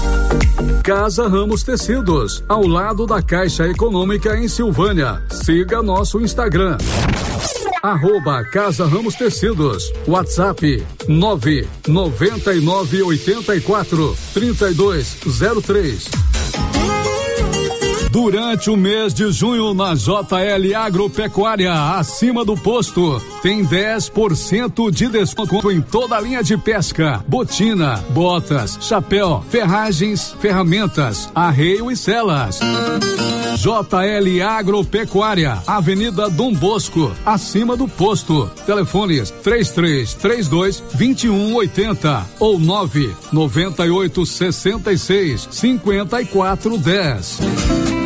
Casa Ramos Tecidos, ao lado da Caixa Econômica em Silvânia. Siga nosso Instagram. Arroba Casa Ramos Tecidos. WhatsApp nove nove nove oito quatro, três dois zero três. Durante o mês de junho na J L Agropecuária, acima do posto, tem dez por cento de desconto em toda a linha de pesca, botina, botas, chapéu, ferragens, ferramentas, arreio e celas. J L Agropecuária, Avenida Dom Bosco, acima do posto. Telefones três três três dois, dois um oito zero ou nove nove oito seis seis, cinco quatro um zero.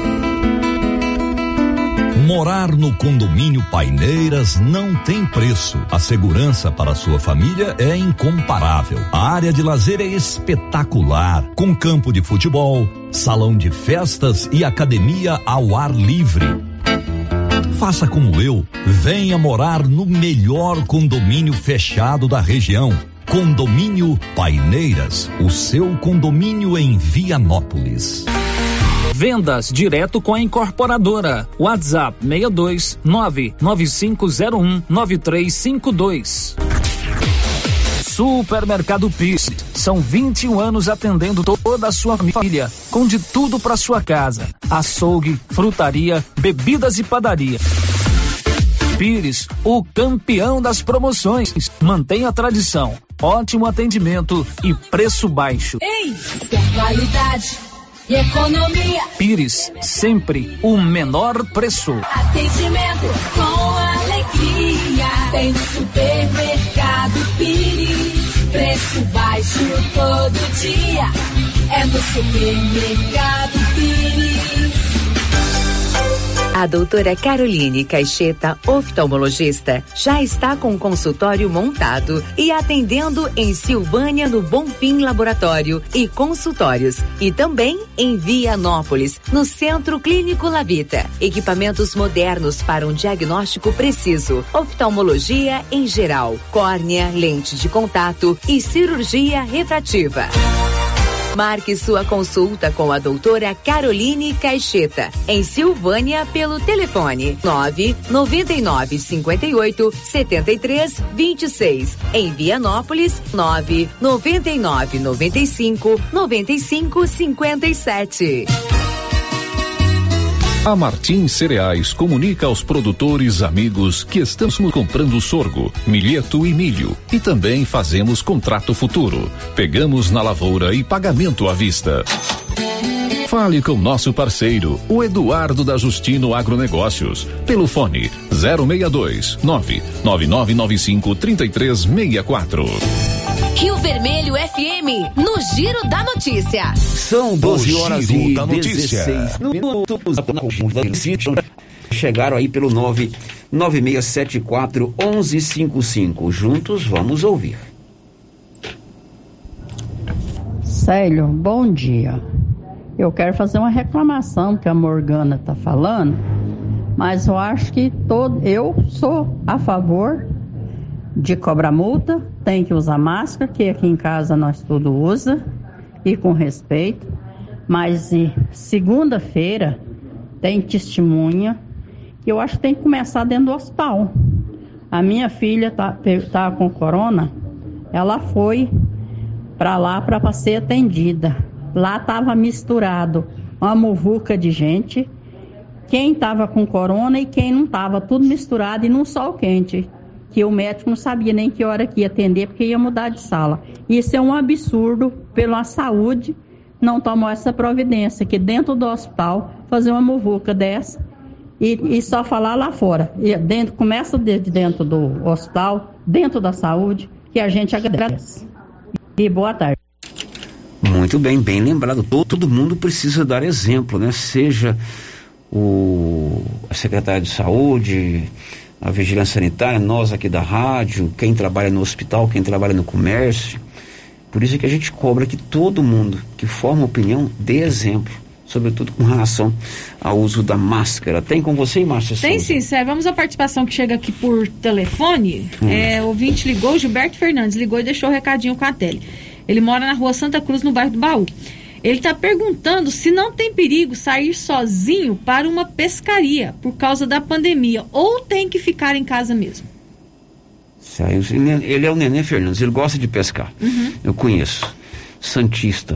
Morar no condomínio Paineiras não tem preço. A segurança para sua família é incomparável. A área de lazer é espetacular, com campo de futebol, salão de festas e academia ao ar livre. Faça como eu, venha morar no melhor condomínio fechado da região. Condomínio Paineiras, o seu condomínio em Vianópolis. Vendas direto com a incorporadora. WhatsApp seis dois nove nove cinco zero um nove três cinco dois. Supermercado Pires. São vinte e um anos atendendo toda a sua família, com de tudo para sua casa: açougue, frutaria, bebidas e padaria. Pires, o campeão das promoções. Mantenha a tradição, ótimo atendimento e preço baixo. Ei, qualidade e economia. Pires, sempre o menor preço. Atendimento com alegria. Tem no supermercado Pires. Preço baixo todo dia. É no supermercado Pires. A doutora Caroline Caixeta, oftalmologista, já está com o consultório montado e atendendo em Silvânia no Bonfim Laboratório e Consultórios, e também em Vianópolis, no Centro Clínico Lavita. Equipamentos modernos para um diagnóstico preciso, oftalmologia em geral, córnea, lente de contato e cirurgia refrativa. Marque sua consulta com a doutora Caroline Caixeta, em Silvânia, pelo telefone nove nove nove cinco oito sete três dois seis. Em Vianópolis, nove nove nove nove cinco nove cinco cinco sete. A Martins Cereais comunica aos produtores amigos que estamos comprando sorgo, milheto e milho, e também fazemos contrato futuro. Pegamos na lavoura e pagamento à vista. Fale com nosso parceiro, o Eduardo da Justino Agronegócios, pelo fone zero seis dois nove nove nove nove cinco três três seis quatro. Rio Vermelho F M, no Giro da Notícia. São doze horas e da dezesseis minutos. Chegaram aí pelo nove nove seis sete quatro um um cinco cinco. Juntos vamos ouvir. Célio, bom dia. Eu quero fazer uma reclamação que a Morgana está falando, mas eu acho que todo, eu sou a favor de cobrar multa, tem que usar máscara, que aqui em casa nós tudo usa, e com respeito, mas segunda-feira tem testemunha, que eu acho que tem que começar dentro do hospital. A minha filha tá, tá com corona, ela foi para lá para ser atendida. Lá estava misturado uma muvuca de gente, quem estava com corona e quem não estava, tudo misturado e num sol quente, que o médico não sabia nem que hora que ia atender, porque ia mudar de sala. Isso é um absurdo, pela saúde, não tomou essa providência, que dentro do hospital, fazer uma muvuca dessa e, e só falar lá fora. E dentro, começa de dentro do hospital, dentro da saúde, que a gente agradece. E boa tarde. Muito bem, bem lembrado. Todo, todo mundo precisa dar exemplo, né? Seja o a secretária de saúde, a vigilância sanitária, nós aqui da rádio, quem trabalha no hospital, quem trabalha no comércio. Por isso é que a gente cobra que todo mundo que forma opinião dê exemplo, sobretudo com relação ao uso da máscara. Tem com você, Márcia? Tem sim, Sérgio. Vamos à participação que chega aqui por telefone. Hum. É, o ouvinte ligou, Gilberto Fernandes ligou e deixou o recadinho com a tele. Ele mora na rua Santa Cruz, no bairro do Baú. Ele está perguntando se não tem perigo sair sozinho para uma pescaria por causa da pandemia, ou tem que ficar em casa mesmo. Ele é o Nenê Fernandes, ele gosta de pescar. Uhum. Eu conheço. Santista.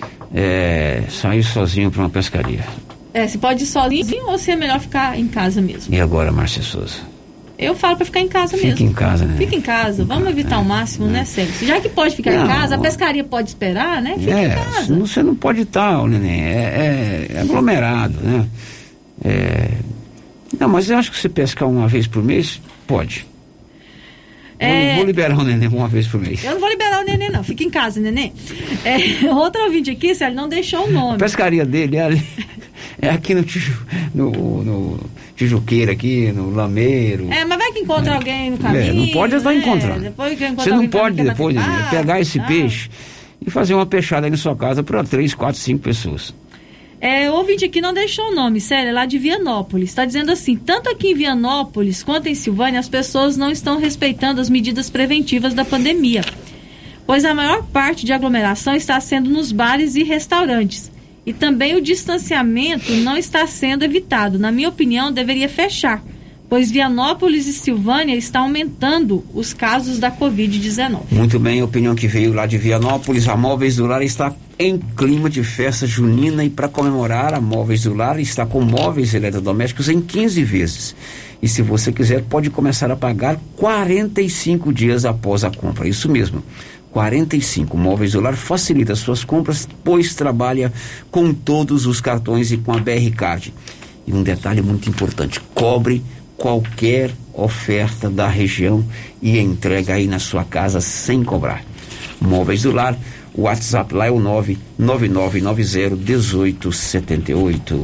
É, sair sozinho para uma pescaria. É, se pode ir sozinho ou se é melhor ficar em casa mesmo. E agora, Márcia Souza? Eu falo para ficar em casa Fica mesmo. Fica em casa, né? Fica em casa. Vamos evitar o máximo, é, né, Sérgio? Já que pode ficar não, em casa, a pescaria pode esperar, né? Fica é, em casa. Você não pode estar, Neném. É, é, é aglomerado, né? É... Não, mas eu acho que se pescar uma vez por mês, pode. É... Eu não vou liberar o Neném uma vez por mês. Eu não vou liberar o Neném, não. Fica em casa, Neném. É, outro ouvinte aqui, Sérgio, não deixou o nome. A pescaria dele é, ali, é aqui no, tiju, no, no Tijuqueira, aqui, no Lameiro. É, mas vai que encontra é. alguém no caminho. É, não pode estar né? encontrando. Depois que Você não pode depois, Neném, pegar esse ah. peixe e fazer uma peixada aí na sua casa para três, quatro, cinco pessoas. É, o ouvinte aqui não deixou o nome, sério, é lá de Vianópolis. Está dizendo assim, tanto aqui em Vianópolis quanto em Silvânia, as pessoas não estão respeitando as medidas preventivas da pandemia, pois a maior parte de aglomeração está sendo nos bares e restaurantes. E também o distanciamento não está sendo evitado. Na minha opinião, deveria fechar, pois Vianópolis e Silvânia estão aumentando os casos da covid dezenove. Muito bem, a opinião que veio lá de Vianópolis. A Móveis do Lar está em clima de festa junina e para comemorar, a Móveis do Lar está com móveis eletrodomésticos em quinze vezes. E se você quiser, pode começar a pagar quarenta e cinco dias após a compra. Isso mesmo, quarenta e cinco. Móveis do Lar facilita suas compras, pois trabalha com todos os cartões e com a B R Card. E um detalhe muito importante, cobre qualquer oferta da região e entrega aí na sua casa sem cobrar. Móveis do Lar, o WhatsApp lá é o nove nove nove nove zero um oito sete oito.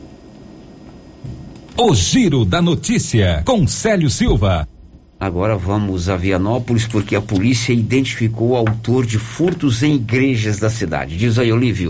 O Giro da Notícia, com Célio Silva. Agora vamos a Vianópolis, porque a polícia identificou o autor de furtos em igrejas da cidade. Diz aí, Olívio.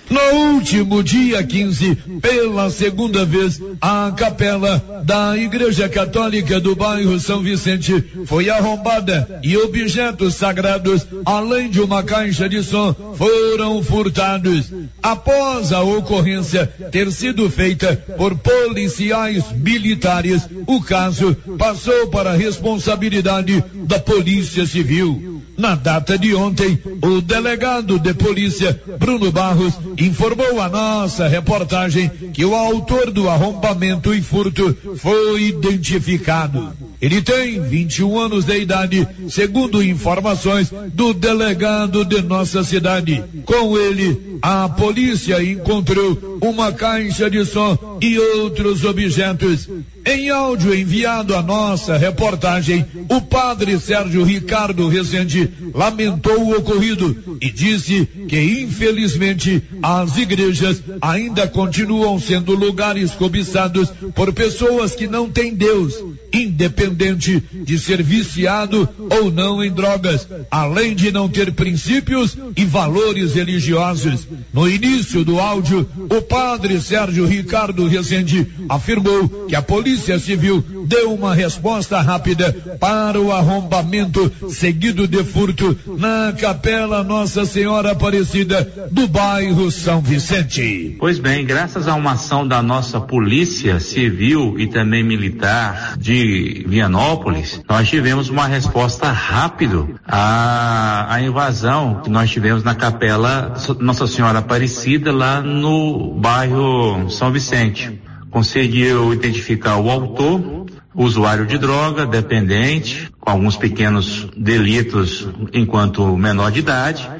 No último dia quinze, pela segunda vez, a capela da Igreja Católica do bairro São Vicente foi arrombada e objetos sagrados, além de uma caixa de som, foram furtados. Após a ocorrência ter sido feita por policiais militares, o caso passou para a responsabilidade da Polícia Civil. Na data de ontem, o delegado de polícia, Bruno Barros, informou a nossa reportagem que o autor do arrombamento e furto foi identificado. Ele tem vinte e um anos de idade, segundo informações do delegado de nossa cidade. Com ele, a polícia encontrou uma caixa de som e outros objetos. Em áudio enviado à nossa reportagem, o padre Sérgio Ricardo Rezende lamentou o ocorrido e disse que, infelizmente, as igrejas ainda continuam sendo lugares cobiçados por pessoas que não têm Deus, independente de ser viciado ou não em drogas, além de não ter princípios e valores religiosos. No início do áudio, o padre Sérgio Ricardo Rezende afirmou que a Polícia Civil deu uma resposta rápida para o arrombamento seguido de furto na Capela Nossa Senhora Aparecida do bairro São Vicente. Pois bem, graças a uma ação da nossa Polícia Civil e também militar de Vianópolis, nós tivemos uma resposta rápida à, à invasão que nós tivemos na Capela Nossa Senhora Aparecida lá no bairro São Vicente. Conseguiu identificar o autor, usuário de droga, dependente, com alguns pequenos delitos enquanto menor de idade,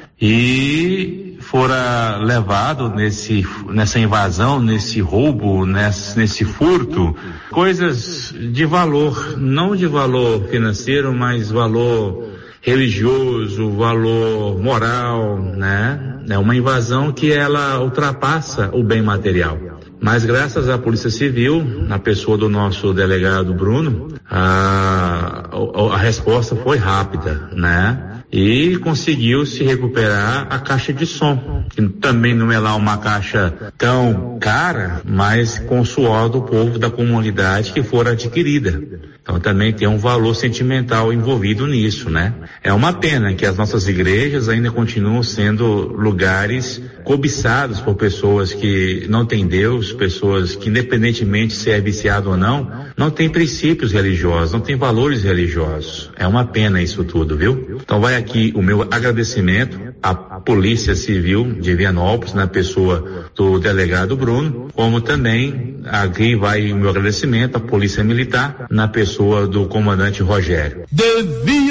e fora levado nesse, nessa invasão, nesse roubo, nesse, nesse furto, coisas de valor, não de valor financeiro, mas valor religioso, valor moral, né? É uma invasão que ela ultrapassa o bem material. Mas graças à Polícia Civil, na pessoa do nosso delegado Bruno, a, a, a resposta foi rápida, né? E conseguiu se recuperar a caixa de som, que também não é lá uma caixa tão cara, mas com o suor do povo da comunidade que for adquirida. Então também tem um valor sentimental envolvido nisso, né? É uma pena que as nossas igrejas ainda continuam sendo lugares cobiçados por pessoas que não têm Deus, pessoas que, independentemente se é viciado ou não, não têm princípios religiosos, não têm valores religiosos. É uma pena isso tudo, viu? Então vai aqui o meu agradecimento à Polícia Civil de Vianópolis, na pessoa do delegado Bruno, como também aqui vai o meu agradecimento à Polícia Militar, na pessoa do comandante Rogério. De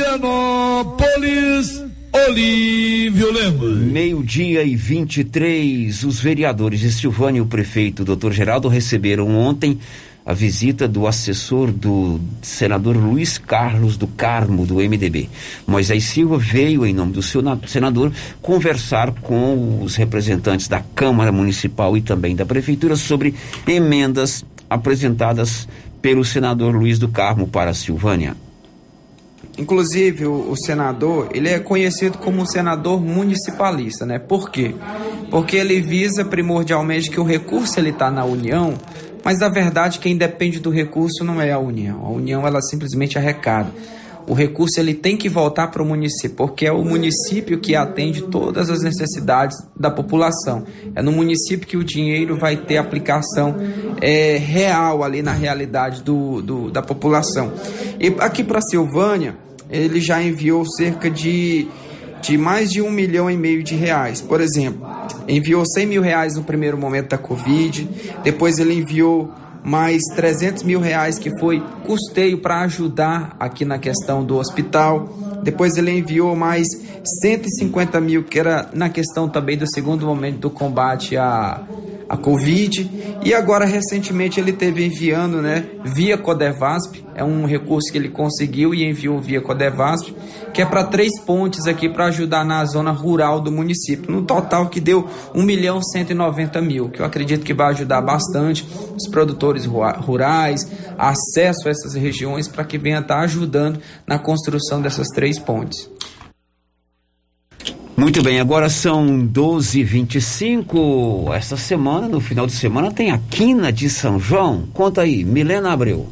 Vianópolis, Olívio Lemos. Meio-dia e vinte e três, os vereadores de Silvânia e o prefeito doutor Geraldo receberam ontem a visita do assessor do senador Luiz Carlos do Carmo, do M D B. Moisés Silva veio, em nome do senador, conversar com os representantes da Câmara Municipal e também da Prefeitura sobre emendas apresentadas pelo senador Luiz do Carmo para a Silvânia. Inclusive, o, o senador, ele é conhecido como um senador municipalista, né? Por quê? Porque ele visa primordialmente que o recurso ele está na União, mas na verdade quem depende do recurso não é a União. A União, ela simplesmente arrecada. O recurso ele tem que voltar para o município, porque é o município que atende todas as necessidades da população. É no município que o dinheiro vai ter aplicação é, real ali na realidade do, do, da população. E aqui para Silvânia, ele já enviou cerca de, de mais de um milhão e meio de reais. Por exemplo, enviou cem mil reais no primeiro momento da Covid, depois ele enviou mais trezentos mil reais que foi custeio para ajudar aqui na questão do hospital. Depois ele enviou mais cento e cinquenta mil que era na questão também do segundo momento do combate à, à Covid. E agora recentemente ele teve enviando, né, via Codevasp, é um recurso que ele conseguiu e enviou via Codevasp, que é para três pontes aqui para ajudar na zona rural do município, no total que deu um milhão cento e noventa mil, que eu acredito que vai ajudar bastante os produtores rurais, acesso a essas regiões, para que venha estar ajudando na construção dessas três pontes. Muito bem, agora são doze e vinte e cinco. Esta semana, no final de semana, tem a Quina de São João. Conta aí, Milena Abreu.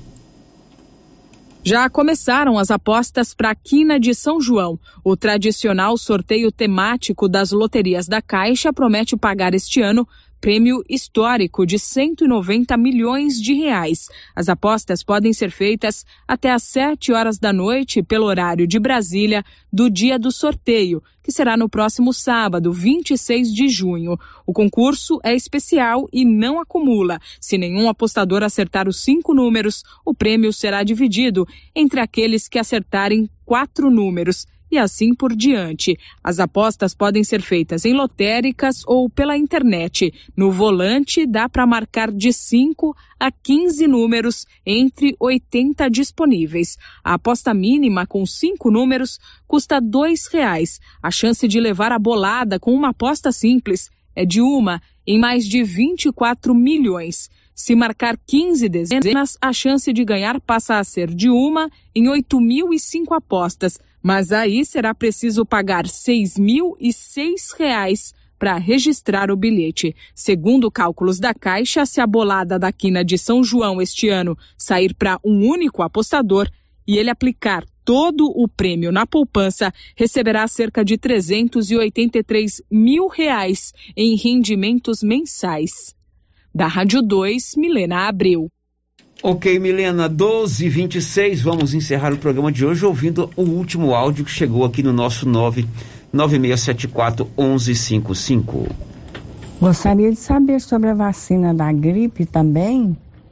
Já começaram as apostas para a Quina de São João. O tradicional sorteio temático das loterias da Caixa promete pagar este ano prêmio histórico de cento e noventa milhões de reais. As apostas podem ser feitas até às sete horas da noite pelo horário de Brasília do dia do sorteio, que será no próximo sábado, vinte e seis de junho. O concurso é especial e não acumula. Se nenhum apostador acertar os cinco números, o prêmio será dividido entre aqueles que acertarem quatro números. E assim por diante. As apostas podem ser feitas em lotéricas ou pela internet. No volante, dá para marcar de cinco a quinze números entre oitenta disponíveis. A aposta mínima com cinco números custa dois reais. A chance de levar a bolada com uma aposta simples é de uma em mais de vinte e quatro milhões. Se marcar quinze dezenas, a chance de ganhar passa a ser de uma em oito mil e cinco apostas. Mas aí será preciso pagar seis mil e seis reais para registrar o bilhete. Segundo cálculos da Caixa, se a bolada da Quina de São João este ano sair para um único apostador e ele aplicar todo o prêmio na poupança, receberá cerca de trezentos e oitenta e três mil reais em rendimentos mensais. Da Rádio dois, Milena Abreu. Ok, Milena, doze e vinte e seis, vamos encerrar o programa de hoje ouvindo o último áudio que chegou aqui no nosso nove nove seis sete quatro um um cinco cinco. Gostaria de saber sobre a vacina da gripe também,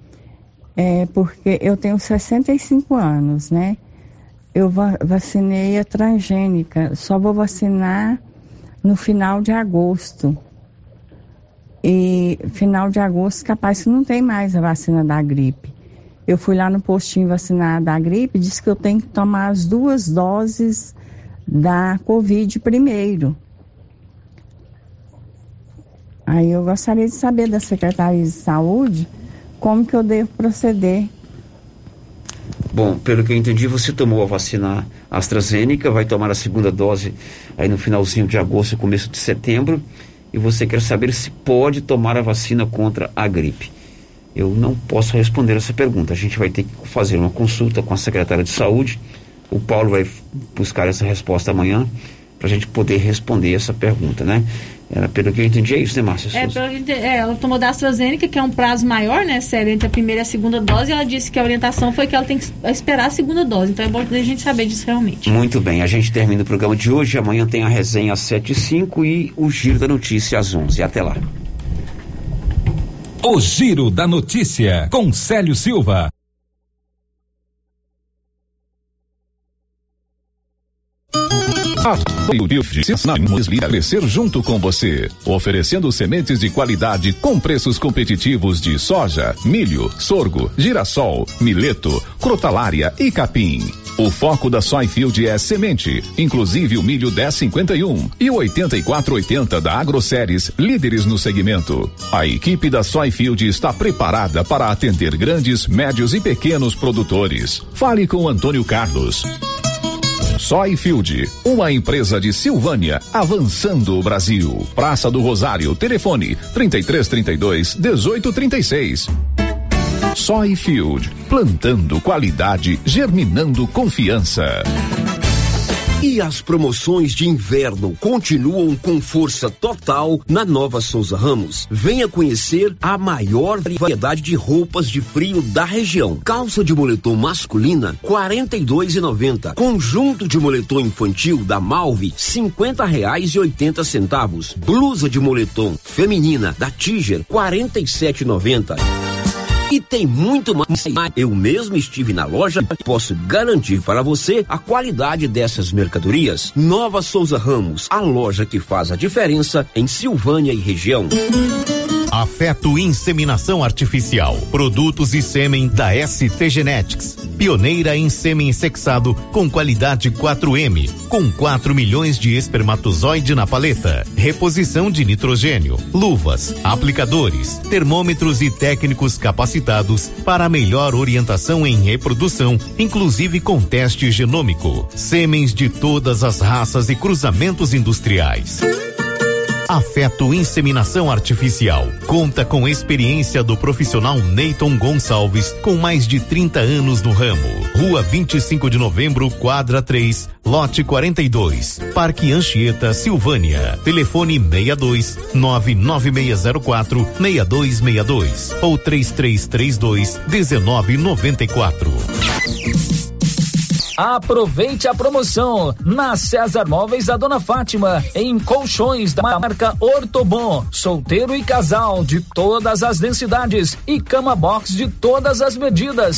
é, porque eu tenho sessenta e cinco anos, né? Eu va- vacinei a transgênica, só vou vacinar no final de agosto. E final de agosto, capaz que não tem mais a vacina da gripe. Eu fui lá no postinho vacinar da gripe, disse que eu tenho que tomar as duas doses da Covid primeiro. Aí eu gostaria de saber da Secretaria de Saúde como que eu devo proceder. Bom, pelo que eu entendi, você tomou a vacina AstraZeneca, vai tomar a segunda dose aí no finalzinho de agosto, começo de setembro, e você quer saber se pode tomar a vacina contra a gripe. Eu não posso responder essa pergunta. A gente vai ter que fazer uma consulta com a secretária de saúde. O Paulo vai buscar essa resposta amanhã para a gente poder responder essa pergunta, né? Era, pelo que eu entendi, é isso, né, Márcia? É, pelo que, é, ela tomou da AstraZeneca, que é um prazo maior, né, sério, entre a primeira e a segunda dose, e ela disse que a orientação foi que ela tem que esperar a segunda dose. Então é bom a gente saber disso realmente. Muito bem, a gente termina o programa de hoje. Amanhã tem a resenha às sete e cinco e o Giro da Notícia às onze. Até lá. O Giro da Notícia, com Célio Silva. Apoio de a crescer junto com você, oferecendo sementes de qualidade com preços competitivos de soja, milho, sorgo, girassol, mileto, crotalária e capim. O foco da Soyfield é semente, inclusive o milho dez cinquenta e um e o oitenta e quatro oitenta da Agroceres, líderes no segmento. A equipe da Soyfield está preparada para atender grandes, médios e pequenos produtores. Fale com Antônio Carlos. Soyfield, uma empresa de Silvânia, avançando o Brasil. Praça do Rosário, telefone trinta e três, trinta e dois, dezoito, trinta e seis. Soyfield, plantando qualidade, germinando confiança. E as promoções de inverno continuam com força total na Nova Souza Ramos. Venha conhecer a maior variedade de roupas de frio da região. Calça de moletom masculina, quarenta e dois reais e noventa centavos. Conjunto de moletom infantil da Malve, cinquenta reais e oitenta centavos. Blusa de moletom feminina da Tiger, quarenta e sete reais e noventa centavos. E tem muito mais. Eu mesmo estive na loja e posso garantir para você a qualidade dessas mercadorias. Nova Souza Ramos, a loja que faz a diferença em Silvânia e região. Afeto Inseminação Artificial. Produtos e sêmen da S T Genetics. Pioneira em sêmen sexado com qualidade quatro M, com quatro milhões de espermatozoide na paleta. Reposição de nitrogênio, luvas, aplicadores, termômetros e técnicos capacitados para melhor orientação em reprodução, inclusive com teste genômico. Sêmens de todas as raças e cruzamentos industriais. Afeto Inseminação Artificial. Conta com experiência do profissional Neyton Gonçalves, com mais de trinta anos no ramo. Rua vinte e cinco de novembro, quadra três, lote quarenta e dois, Parque Anchieta, Silvânia. Telefone seis dois nove nove seis zero quatro seis dois seis dois ou três três três dois um nove nove quatro. Aproveite a promoção na César Móveis da Dona Fátima, em colchões da marca Ortobon, solteiro e casal de todas as densidades e cama box de todas as medidas.